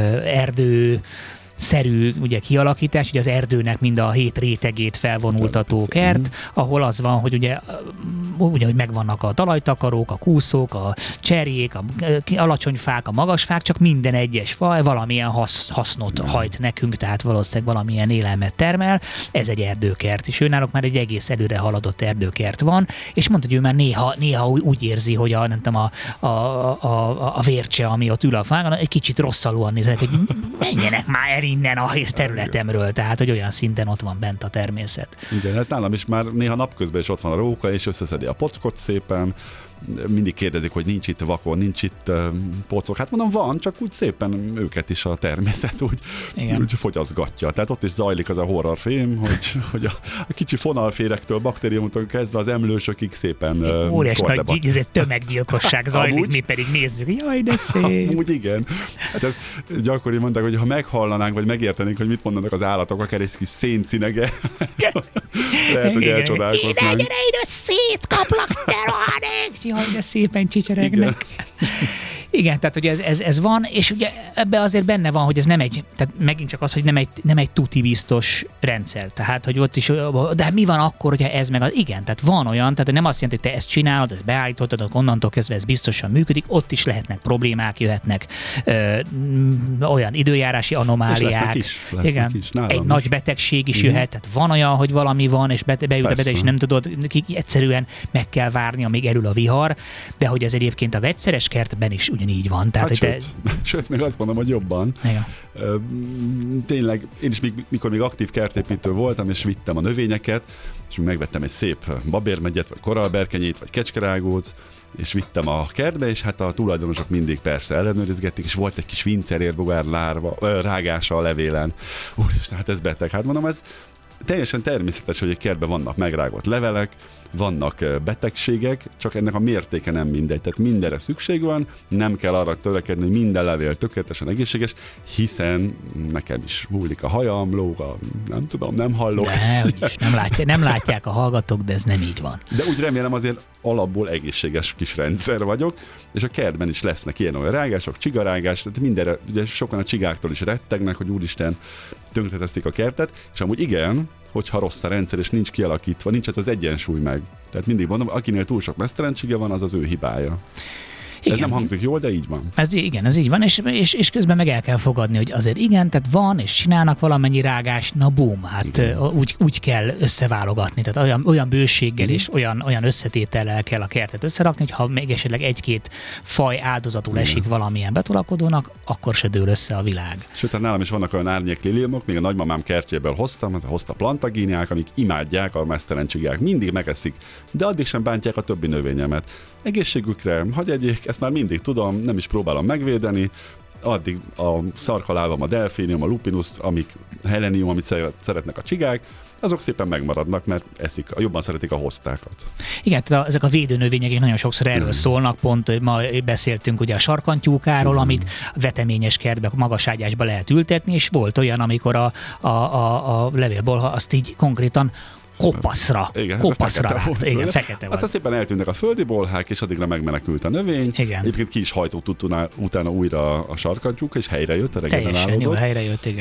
erdő szerű ugye, kialakítás, ugye az erdőnek mind a hét rétegét felvonultató kert, ahol az van, hogy ugye, ugye hogy megvannak a talajtakarók, a kúszók, a cserjék, a alacsony fák, a magas fák, csak minden egyes faj valamilyen hasz, hasznot hajt nekünk, tehát valószínűleg valamilyen élelmet termel. Ez egy erdőkert, és őnáluk már egy egész előre haladott erdőkert van, és mondta, hogy ő már néha, néha úgy érzi, hogy a, nem tudom, a, a, a, a vércse, ami ott ül a fágon, egy kicsit rosszalúan néznek, hogy menjenek már el innen a területemről, tehát hogy olyan szinten ott van bent a természet. Igen, hát nálam is már néha napközben is ott van a róka, és összeszedi a pockot szépen, mindig kérdezik, hogy nincs itt vakon, nincs itt uh, pocok. Hát mondom, van, csak úgy szépen őket is a természet úgy, úgy fogyaszgatja. Tehát ott is zajlik az a horrorfilm, hogy, hogy a, a kicsi fonalférektől, baktériumtól kezdve az emlősökig szépen uh, óriás nagy ez tömeggyilkosság zajlik, amúgy, mi pedig nézzük. Jaj, de szép! Amúgy igen. Hát ez gyakori mondták, hogy ha meghallanánk, vagy megértenénk, hogy mit mondanak az állatok, akár egy kis széncinege, lehet, hogy elcsodálkoznánk. Ide, gyere ide, szétkaplak, te rohadék! Jaj, de szépen csicseregnek. Igen, tehát ugye ez, ez, ez van, és ugye ebbe azért benne van, hogy ez nem egy, tehát megint csak az, hogy nem egy, nem egy tuti biztos rendszer. Tehát, hogy ott is, de mi van akkor, hogyha ez meg az, igen, tehát van olyan, tehát nem azt jelenti, hogy te ezt csinálod, ezt beállítottad, onnantól kezdve ez biztosan működik, ott is lehetnek problémák, jöhetnek ö, olyan időjárási anomáliák. És lesznek is, lesznek igen, is, egy is. nagy betegség is mm. jöhet, tehát van olyan, hogy valami van, és be, beüt a beteg, és nem tudod, egyszerűen meg kell várni, amíg elül a vihar, de hogy ez egyébként a vegyszeres kertben is ugyanígy van. Tehát, hát sőt, te... sőt, még azt mondom, hogy jobban. Igen. Tényleg, én is mikor még aktív kertépítő voltam, és vittem a növényeket, és megvettem egy szép babérmegyet, vagy korallberkenyét, vagy kecskerágót, és vittem a kertbe, és hát a tulajdonosok mindig persze ellenőrizgették, és volt egy kis vincerérbogár lárva, rágása a levélen. Úristen, hát ez beteg. Hát mondom, ez teljesen természetes, hogy egy kertben vannak megrágott levelek, vannak betegségek, csak ennek a mértéke nem mindegy. Tehát mindenre szükség van, nem kell arra törekedni, hogy minden levél tökéletesen egészséges, hiszen nekem is húlik a hajam, lóg a, nem tudom, nem hallok. De, úgyis, nem, látják, nem látják a hallgatók, de ez nem így van. De úgy remélem azért alapból egészséges kis rendszer vagyok, és a kertben is lesznek ilyen olyan rágások, csigarágás, tehát mindenre, ugye sokan a csigáktól is rettegnek, hogy úristen, tönkretesztik a kertet, és amúgy igen, hogyha rossz a rendszer, és nincs kialakítva, nincs ez az egyensúly meg. Tehát mindig mondom, akinél túl sok mesztelensége van, az az ő hibája. Igen. Ez nem hangzik jól, de így van. Ez, igen, ez így van, és, és, és közben meg el kell fogadni, hogy azért igen, tehát van, és csinálnak valamennyi rágás, na bum, hát úgy, úgy kell összeválogatni, tehát olyan, olyan bőséggel és olyan, olyan összetétellel kell a kertet összerakni, hogy ha még esetleg egy-két faj áldozatul igen. esik valamilyen betolakodónak, akkor se dől össze a világ. Sőt, hát nálam is vannak olyan árnyék liliumok, még a nagymamám kertjéből hoztam, hozta plantagíniák, amik imádják a mesztelen csigák, mindig megeszik, de addig sem bántják a többi növényemet. Egészségükre, hagyj egyék, ezt már mindig tudom, nem is próbálom megvédeni, addig a szarkalávam, a delfinium, a lupinus, amik helenium, amit szeretnek a csigák, azok szépen megmaradnak, mert eszik, jobban szeretik a hoztákat. Igen, tehát ezek a védőnövények is nagyon sokszor erről mm. szólnak, pont ma beszéltünk ugye a sarkantyúkáról, mm. amit veteményes kertbe, magaságyásba lehet ültetni, és volt olyan, amikor a, a, a, a levélbolha azt így konkrétan kopaszra, igen, kopaszra fekete ránt. Igen, fekete volt. Aztán szépen eltűnnek a földi bolhák, és addigra megmenekült a növény. Igen. Egyébként ki is hajtott utána újra a sarkantyúk, és helyre jött a regenerálódott. Teljesen jó, helyre jött, igen.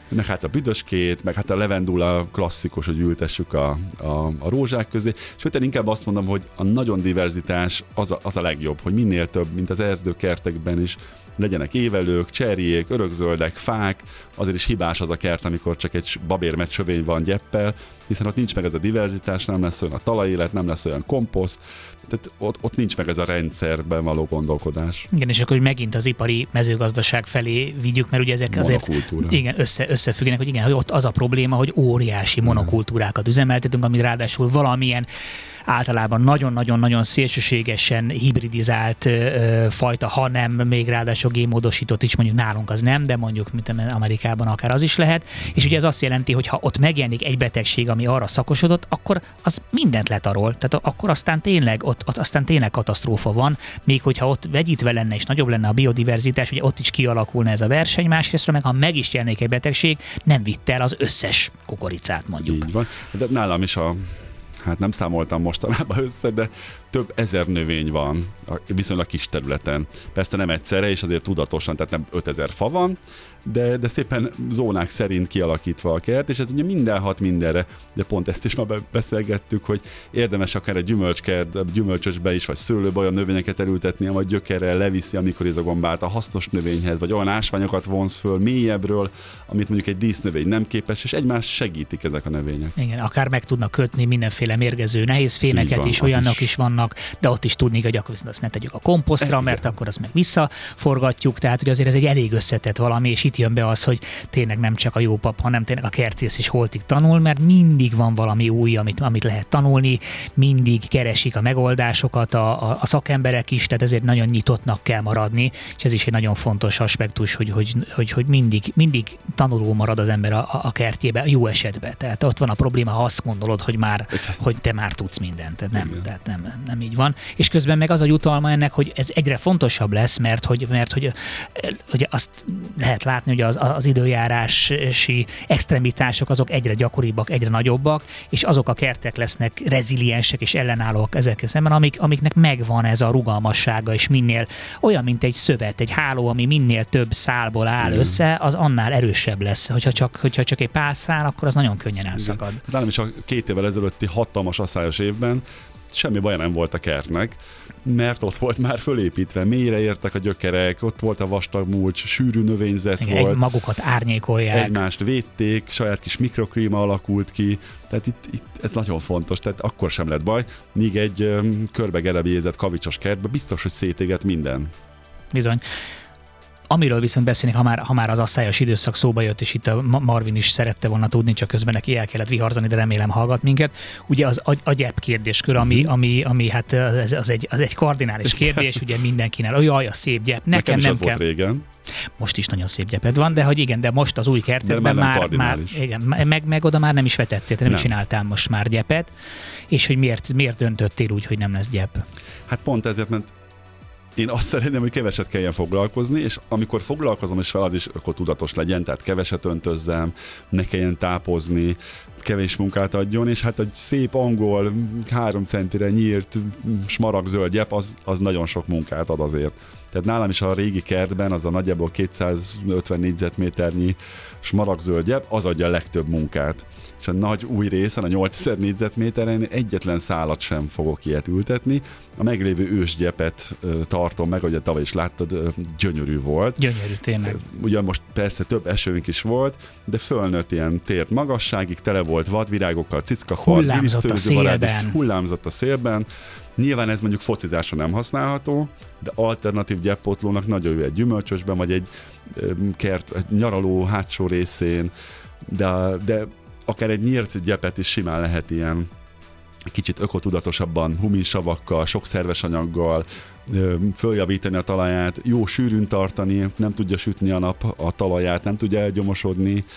meg hát a büdöskét, meg hát a levendula klasszikus, hogy ültessük a, a, a rózsák közé. Sőt, én inkább azt mondom, hogy a nagyon diverzitás az a, az a legjobb, hogy minél több, mint az erdőkertekben is, legyenek évelők, cserjék, örökzöldek, fák, azért is hibás az a kert, amikor csak egy babérmet sövény van gyeppel, hiszen ott nincs meg ez a diverzitás, nem lesz olyan a talajélet, nem lesz olyan komposzt, tehát ott, ott nincs meg ez a rendszerben való gondolkodás. Igen, és akkor hogy megint az ipari mezőgazdaság felé vigyük, mert ugye ezek azért igen, össze, összefüggenek, hogy igen, hogy ott az a probléma, hogy óriási monokultúrákat üzemeltetünk, amit ráadásul valamilyen általában nagyon-nagyon-nagyon szélsőségesen hibridizált ö, fajta, ha nem, még ráadásul génmódosított is, mondjuk nálunk az nem, de mondjuk mint Amerikában akár az is lehet. És ugye ez azt jelenti, hogy ha ott megjelenik egy betegség, ami arra szakosodott, akkor az mindent letarol. Tehát akkor aztán tényleg, ott, ott aztán tényleg katasztrófa van, még hogyha ott vegyítve lenne és nagyobb lenne a biodiverzitás, ugye ott is kialakulna ez a verseny, másrészt meg ha meg is jelenik egy betegség, nem vitt el az összes kukoricát mondjuk. Így van. De nálam is a hát nem számoltam mostanában össze, de több ezer növény van viszonylag kis területen. Persze nem egyszerre, és azért tudatosan, tehát nem ötezer fa van, de, de szépen zónák szerint kialakítva a kert, és ez ugye minden hat mindenre, de pont ezt is már beszélgettük, hogy érdemes akár egy gyümölcskert, gyümölcsösbe is, vagy szőlőbe olyan növényeket elültetni, vagy gyökerrel leviszi, amikor izogombált a hasznos növényhez, vagy olyan ásványokat vonz föl mélyebbről, amit mondjuk egy dísznövény nem képes, és egymást segítik ezek a növények. Igen, akár meg tudnak kötni mindenféle mérgező nehéz fémeket van, is, olyanok is. is vannak, de ott is tudni, hogy akkor azt ne tegyük a komposztra, mert akkor azt meg visszaforgatjuk, tehát hogy azért ez egy elég összetett valami, és itt jön be az, hogy tényleg nem csak a jó pap, hanem tényleg a kertész is holtig tanul, mert mindig van valami új, amit, amit lehet tanulni, mindig keresik a megoldásokat a, a, a szakemberek is, tehát ezért nagyon nyitottnak kell maradni, és ez is egy nagyon fontos aspektus, hogy, hogy, hogy, hogy mindig, mindig tanuló marad az ember a, a kertjébe, jó esetben. Tehát ott van a probléma, ha azt gondolod, hogy már, hogy te már tudsz mindent. Tehát nem, tehát nem, nem így van. És közben meg az a jutalma ennek, hogy ez egyre fontosabb lesz, mert hogy, mert hogy, hogy azt lehet látni, hogy az, az időjárási extremitások azok egyre gyakoribbak, egyre nagyobbak, és azok a kertek lesznek reziliensek és ellenállóak ezekkel szemben, amik, amiknek megvan ez a rugalmassága, és minél olyan, mint egy szövet, egy háló, ami minél több szálból áll össze, az annál erősebb lesz. Hogyha csak, hogyha csak egy pár szál, akkor az nagyon könnyen elszakad. Nálam is a két évvel ezelőtti hatalmas asszályos évben semmi baj nem volt a kertnek, mert ott volt már fölépítve, mélyre értek a gyökerek, ott volt a vastag mulcs, sűrű növényzet igen, volt. Magukat árnyékolják. Egymást védték, saját kis mikroklíma alakult ki, tehát itt, itt ez nagyon fontos, tehát akkor sem lett baj, míg egy um, körbe gerebjézett kavicsos kertben biztos, hogy szétéget minden. Bizony. Amiről viszont beszélnék, ha már, ha már az asszályos időszak szóba jött, és itt a Marvin is szerette volna tudni, csak közben neki el kellett viharzani, de remélem hallgat minket. Ugye az a, a gyep kérdéskör, ami, ami, ami hát az, az, egy, az egy kardinális kérdés, ugye mindenkinek, oh, jaj, a szép gyep, nekem, nekem is nem az kell. Volt régen. Most is nagyon szép gyeped van, de hogy igen, de most az új kertedben már, már igen, meg, meg oda már nem is vetettél, nem, nem csináltál most már gyepet, és hogy miért, miért döntöttél úgy, hogy nem lesz gyep? Hát pont ezért, mert én azt szeretném, hogy keveset kelljen foglalkozni, és amikor foglalkozom is fel, az is akkor tudatos legyen, tehát keveset öntözzem, ne kelljen tápozni, kevés munkát adjon, és hát egy szép angol, három centire nyírt smaragdzöld gyep, az, az nagyon sok munkát ad azért. Tehát nálam is a régi kertben az a nagyjából kétszázötven négyzetméternyi smaragdzöld gyep, az adja a legtöbb munkát. És a nagy új részen, a nyolcezer négyzetméteren egyetlen szálat sem fogok ilyet ültetni. A meglévő ősgyepet tartom meg, ahogy tavaly is láttad, gyönyörű volt. Gyönyörű, tényleg. Ugyan most persze több esőnk is volt, de fölnőtt ilyen tért magasságig, tele volt vadvirágokkal, cickafal, hullámzott a szélben. Hullámzott a szélben. Nyilván ez mondjuk focizásra nem használható, de alternatív gyeppotlónak nagyon jó egy gyümölcsösben, vagy egy kert, egy nyaraló hátsó részén, de, de akár egy nyírt gyepet is simán lehet ilyen kicsit ökotudatosabban, huminsavakkal, sok szerves anyaggal följavítani a talaját, jó sűrűn tartani, nem tudja sütni a nap a talaját, nem tudja elgyomosodni,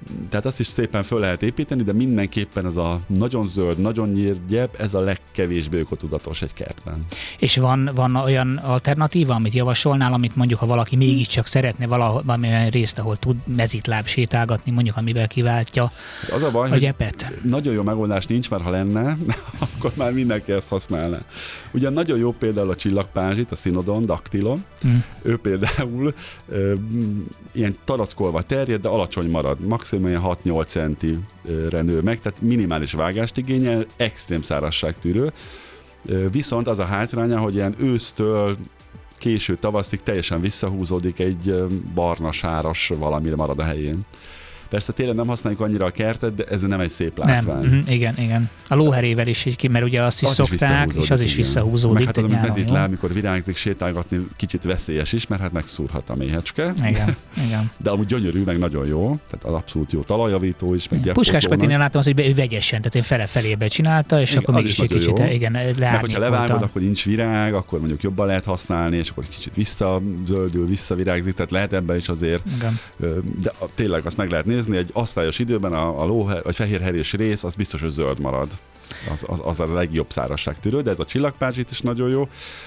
Tehát azt is szépen föl lehet építeni, de mindenképpen ez a nagyon zöld, nagyon nyírt gyep, ez a legkevésbé ökotudatos egy kertben. És van, van olyan alternatíva, amit javasolnál, amit mondjuk, ha valaki mégiscsak szeretne valamilyen részt, ahol tud mezitláb sétálgatni, mondjuk amivel kiváltja az a, baj, a gyepet? Nagyon jó megoldás nincs, mert ha lenne, akkor már mindenki ezt használná. Ugyan nagyon jó például a csillagpázsit, a Cynodon dactylon. Mm. Ő például ö, ilyen tarackolva terjed, de alacsony marad. Maximum ilyen hat-nyolc centire nő meg, tehát minimális vágást igényel, extrém szárazságtűrő. Ö, viszont az a hátránya, hogy ilyen ősztől késő tavaszig teljesen visszahúzódik, egy barna, sáros valamire marad a helyén. Persze télen nem használjuk annyira a kertet, de ez nem egy szép látvány. Nem, mm, igen, igen. A lóherével is így ki, mert ugye azt is az szokták, is és az is visszahúzódik. Meg hát az, amit mezitláb, amikor virágzik, sétálgatni kicsit veszélyes is, mert hát megszúrhat a méhecske. Igen, igen. De amúgy gyönyörű, meg nagyon jó, tehát az abszolút jó talajjavító is, meg gyeppotlónak. Puskás Petinél láttam azt, hogy ő vegyesen, tehát én fele-felébe csinálta, és igen, akkor mégis egy kicsit, jó. igen, meg hogyha levágod, akkor nincs virág, akkor mondjuk jobban lehet használni, és akkor kicsit visszazöldül, visszavirágzik, tehát lehet ebben is azért. Igen. De tényleg azt meg lehet nézni, egy asztályos időben a, a lóher, vagy fehérherés rész, az biztos, hogy zöld marad. Az, az, az a legjobb szárazságtűrő, de ez a csillagpázsit is nagyon jó.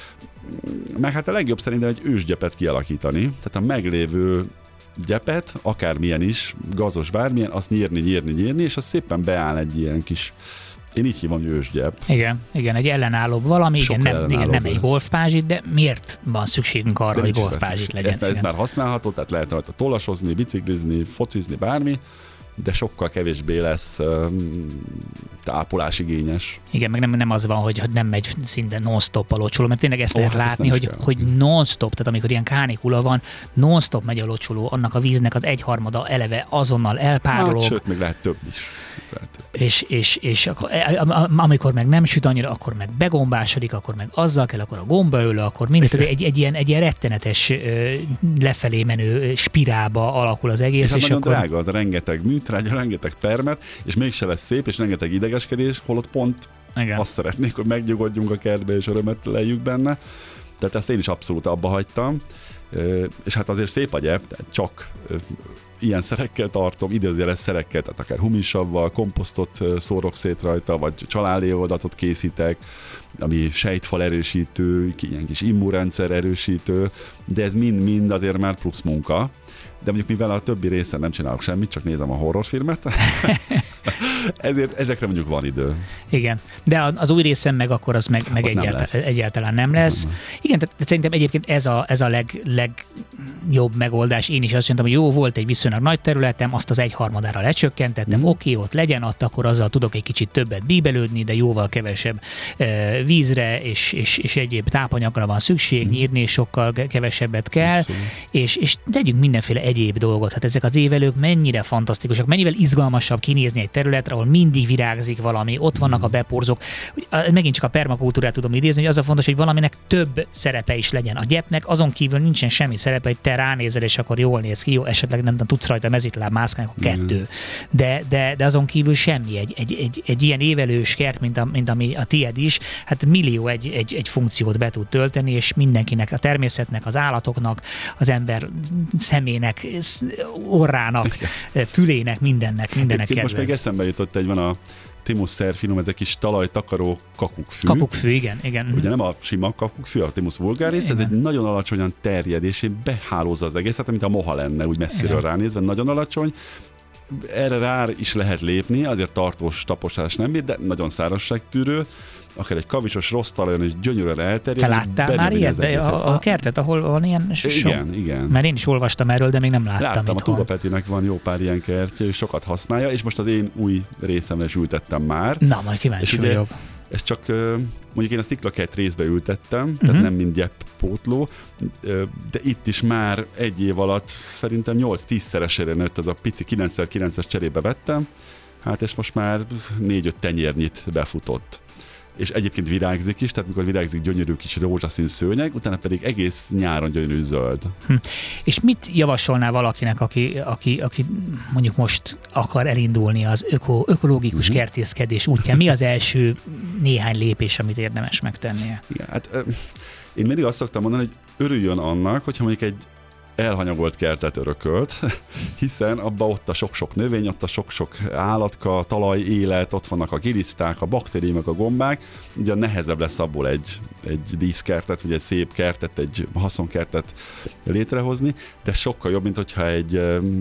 Meg hát a legjobb szerintem egy ősgyepet kialakítani, tehát a meglévő gyepet, akármilyen is, gazos bármilyen, azt nyírni, nyírni, nyírni, és az szépen beáll egy ilyen kis, én így hívom, hogy ősgyep. Igen, igen, egy ellenállóbb valami, igen, nem, igen, nem egy golfpázsit, de miért van szükségünk arra, de hogy golfpázsit legyen? Ez, ez már használható, tehát lehet rajta tollasozni, biciklizni, focizni, bármi, de sokkal kevésbé lesz um, tápolásigényes. Igen, meg nem, nem az van, hogy nem megy szinte non-stop a locsoló, mert tényleg ezt oh, lehet hát látni, hogy, hogy non-stop, tehát amikor ilyen kánikula van, non-stop megy a locsoló, annak a víznek az egyharmada eleve azonnal elpárolog. Hát, sőt, még lehet több is. Lehet. És, és, és akkor, amikor meg nem süt annyira, akkor meg begombásodik, akkor meg azzal kell, akkor a gombaölő, akkor mindent, egy, egy, ilyen, egy ilyen rettenetes lefelé menő spirálba alakul az egész. És, és nagyon akkor... drága, az rengeteg műtrágya, rengeteg permet, és mégse lesz szép, és rengeteg idegeskedés, holott pont igen. Azt szeretnék, hogy megnyugodjunk a kertbe, és örömet lejjük benne. Tehát ezt én is abszolút abba hagytam. És hát azért szép a gyep, tehát csak ilyen szerekkel tartom, idézőjeles szerekkel, tehát akár humisavval, komposztot szórok szét rajta, vagy családéoldatot készítek, ami sejtfal erősítő, ilyen kis immunrendszer erősítő, de ez mind-mind azért már plusz munka. De mondjuk mivel a többi részen nem csinálok semmit, csak nézem a horrorfilmet, ezért ezekre mondjuk van idő. Igen, de az új részen meg akkor az meg, meg egyáltalán, nem egyáltalán nem lesz. Nem. Igen, tehát szerintem egyébként ez a, ez a leg, legjobb megoldás. Én is azt mondtam, hogy jó, volt egy viszonylag nagy területem, azt az egyharmadára lecsökkentettem, mm. oké, okay, ott legyen, ott akkor azzal tudok egy kicsit többet bíbelődni, de jóval kevesebb e, vízre és, és, és egyéb tápanyagra van szükség, mm. nyírni sokkal kevesebbet kell, és, és tegyünk mindenféle egyéb dolgot. Hát ezek az évelők mennyire fantasztikusak, mennyivel izgalmasabb kinézni egy területre, ahol mindig virágzik valami, ott vannak a beporzók. Megint csak a permakultúrát tudom idézni, hogy az a fontos, hogy valaminek több szerepe is legyen. A gyepnek azon kívül nincsen semmi szerepe, hogy te ránézel, és akkor jól néz ki, jó, esetleg nem tudsz rajta mezitláb mászkálni, akkor kettő. De, de, de azon kívül semmi. Egy, egy, egy, egy ilyen évelős kert, mint, a, mint ami a tied is, hát millió egy, egy, egy funkciót be tud tölteni, és mindenkinek, a természetnek, az állatoknak, az ember szemének, orrának, fülének, mindennek, mindennek kedvez. Most még eszembe jutott egy, van a Thymus serfinum, ez egy kis talajtakaró kakukkfű. Kakukkfű, igen, igen. Ugye nem a sima kakukkfű, a Thymus vulgaris, igen. Ez egy nagyon alacsonyan terjed, és behálózza az egészet, mint a moha lenne, úgy messziről igen. ránézve, nagyon alacsony. Erre rá is lehet lépni, azért tartós taposás nem bír, de nagyon szárazságtűrő. Akár egy kavisos rossz talajon is gyönyörűen elterjed. Te láttál már ilyet a, a kertet, ahol van ilyen sok? Igen, igen. Mert én is olvastam erről, de még nem láttam. Láttam, a Tuba Petinek van jó pár ilyen kertje, és sokat használja, és most az én új részemre is ültettem már. Na, majd kíváncsi vagyok. Ez csak, mondjuk én a sziklakert részbe ültettem, uh-huh. tehát nem mind gyeppótló, de itt is már egy év alatt szerintem nyolc-tízszeresére nőtt, az a pici kilenc szer kilences cserébe vettem, hát és most már négy-öt tenyérnyit befutott. És egyébként virágzik is, tehát mikor virágzik gyönyörű kis rózsaszín szőnyeg, utána pedig egész nyáron gyönyörű zöld. Hm. És mit javasolnál valakinek, aki, aki, aki mondjuk most akar elindulni az öko, ökológikus uh-huh. kertészkedés útján? Mi az első néhány lépés, amit érdemes megtennie? Igen, hát én mindig azt szoktam mondani, hogy örüljön annak, hogyha mondjuk egy elhanyagolt kertet örökölt, hiszen abba ott a sok-sok növény, ott a sok-sok állatka, talaj, élet, ott vannak a giliszták, a baktériumok, a gombák, ugye nehezebb lesz abból egy, egy díszkertet, vagy egy szép kertet, egy haszonkertet létrehozni, de sokkal jobb, mint hogyha egy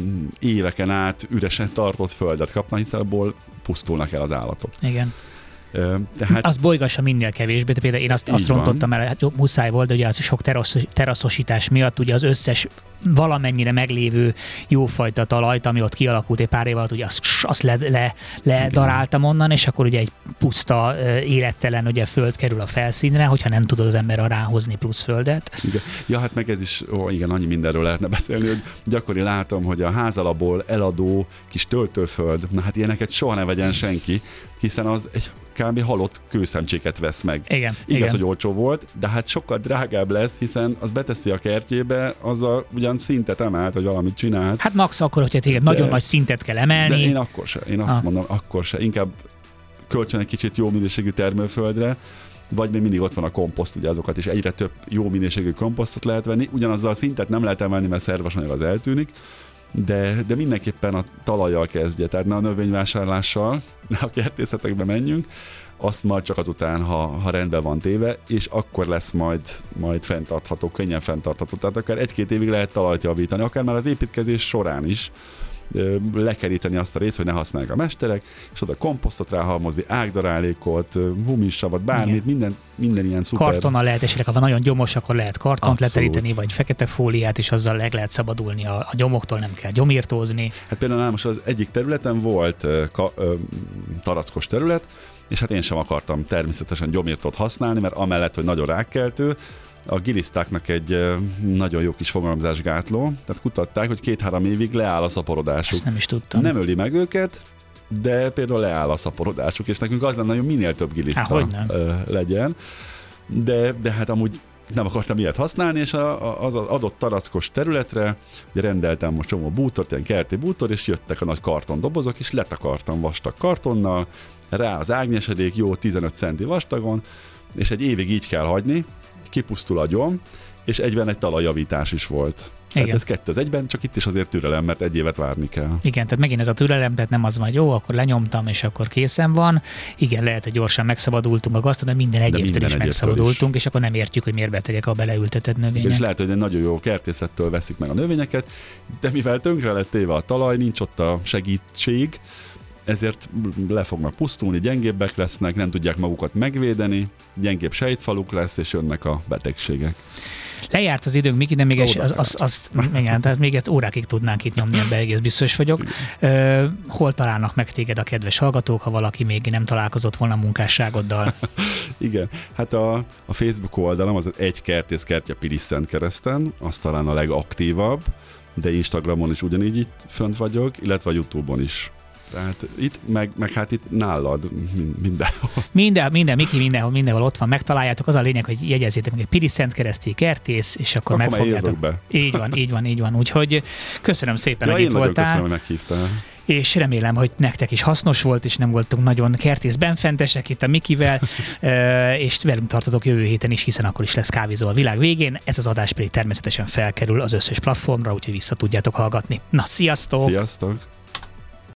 éveken át üresen tartott földet kapna, hiszen abból pusztulnak el az állatok. Igen. Tehát... Azt bolygassa minél kevésbé, de például én azt, azt rontottam el, hát jó, muszáj volt, de ugye az sok terasz, teraszosítás miatt ugye az összes valamennyire meglévő jófajta talajt, ami ott kialakult egy pár év alatt, ugye azt, azt le, le, ledaráltam onnan, és akkor ugye egy puszta, élettelen ugye föld kerül a felszínre, hogyha nem tudod az ember ráhozni plusz földet. Igen. Ja, hát meg ez is, ó, igen, annyi mindenről lehetne beszélni, hogy gyakori látom, hogy a házalapból eladó kis töltőföld, na hát ilyeneket soha ne vegyen senki, hiszen az egy kb. Halott kőszemcséket vesz meg. Igen, Igaz, igen. hogy olcsó volt, de hát sokkal drágább lesz, hiszen az beteszi a kertjébe, azzal ugyan szintet emelt, vagy valamit csinált. Hát max akkor, hogyha téged de, nagyon nagy szintet kell emelni. De én akkor se, én azt ah. mondom, akkor se. Inkább kölcsön egy kicsit jó minőségű termőföldre, vagy még mindig ott van a komposzt, ugye azokat is egyre több jó minőségű komposztot lehet venni. Ugyanazzal a szintet nem lehet emelni, mert szerves anyag az eltűnik, de, de mindenképpen a talajjal kezdje, tehát ne a növényvásárlással, ne a kertészetekbe menjünk, azt majd csak azután, ha, ha rendben van téve, és akkor lesz majd, majd fenntartható, könnyen fenntartható. Tehát akár egy-két évig lehet talajt javítani, akár már az építkezés során is lekeríteni azt a részt, hogy ne használják a mesterek, és oda komposztot ráhalmozni, ágdarálékot, humissavat, bármit, minden, minden ilyen szuper. Kartonnal lehet, esetleg ha van nagyon gyomos, akkor lehet kartont Abszolút. leteríteni, vagy fekete fóliát, és azzal meg lehet szabadulni a, a gyomoktól, nem kell gyomírtózni. Hát például nálam most az egyik területen volt ka, ö, tarackos terület, és hát én sem akartam természetesen gyomírtót használni, mert amellett, hogy nagyon rákkeltő, a gilisztáknak egy nagyon jó kis fogalmazásgátló, tehát kutatták, hogy két-három évig leáll a szaporodásuk. Ezt nem is tudtam. Nem öli meg őket, de például leáll a szaporodásuk, és nekünk az lenne, hogy minél több giliszta Há, legyen. De, de hát amúgy nem akartam ilyet használni, és az adott tarackos területre ugye rendeltem most csomó bútort, ilyen kerti bútor, és jöttek a nagy kartondobozok, és letakartam vastag kartonnal, rá az árnyesedék jó tizenöt centi vastagon, és egy évig így kell hagyni, kipusztul a gyom, és egyben egy talajjavítás is volt. Tehát ez kettő az egyben, csak itt is azért türelem, mert egy évet várni kell. Igen, tehát megint ez a türelem, tehát nem az majd jó, akkor lenyomtam, és akkor készen van. Igen, lehet, hogy gyorsan megszabadultunk a gaztól, de minden egyébtől is megszabadultunk, is. És akkor nem értjük, hogy miért betegyek a beleültetett növények. És lehet, hogy egy nagyon jó kertészettől veszik meg a növényeket, de mivel tönkre lett téve a talaj, nincs ott a segítség, ezért le fognak pusztulni, gyengébbek lesznek, nem tudják magukat megvédeni, gyengébb sejtfaluk lesz, és jönnek a betegségek. Lejárt az időnk, Miki, de még az, az, az, azt, igen, tehát még egy órákig tudnánk itt nyomni, ebbe egész biztos vagyok. Ö, hol találnak meg téged a kedves hallgatók, ha valaki még nem találkozott volna a munkásságoddal? Igen, hát a, a Facebook oldalam az egy kertész kertje Pilis-Szent Kereszten, az talán a legaktívabb, de Instagramon is ugyanígy itt fönt vagyok, illetve a YouTube-on is. Tehát itt, meg, meg hát itt nálad mindenhol. Minden, minden, Miki, mindenhol, mindenhol ott van, megtaláljátok. Az a lényeg, hogy jegyezzétek meg egy Pilis-Szent Kereszti kertész, és akkor, akkor megfogjátok. Be. Így van, így van, így van. Úgyhogy köszönöm szépen, ja, hogy itt voltál. Köszönöm, hogy meghívtál. És remélem, hogy nektek is hasznos volt, és nem voltunk nagyon kertészbenfentesek itt a Mikivel, és velünk tartotok jövő héten is, hiszen akkor is lesz kávézó a világ végén. Ez az adás pedig természetesen felkerül az összes platformra, úgyhogy vissza tudjátok hallgatni. Na, sziasztok! Sziasztok!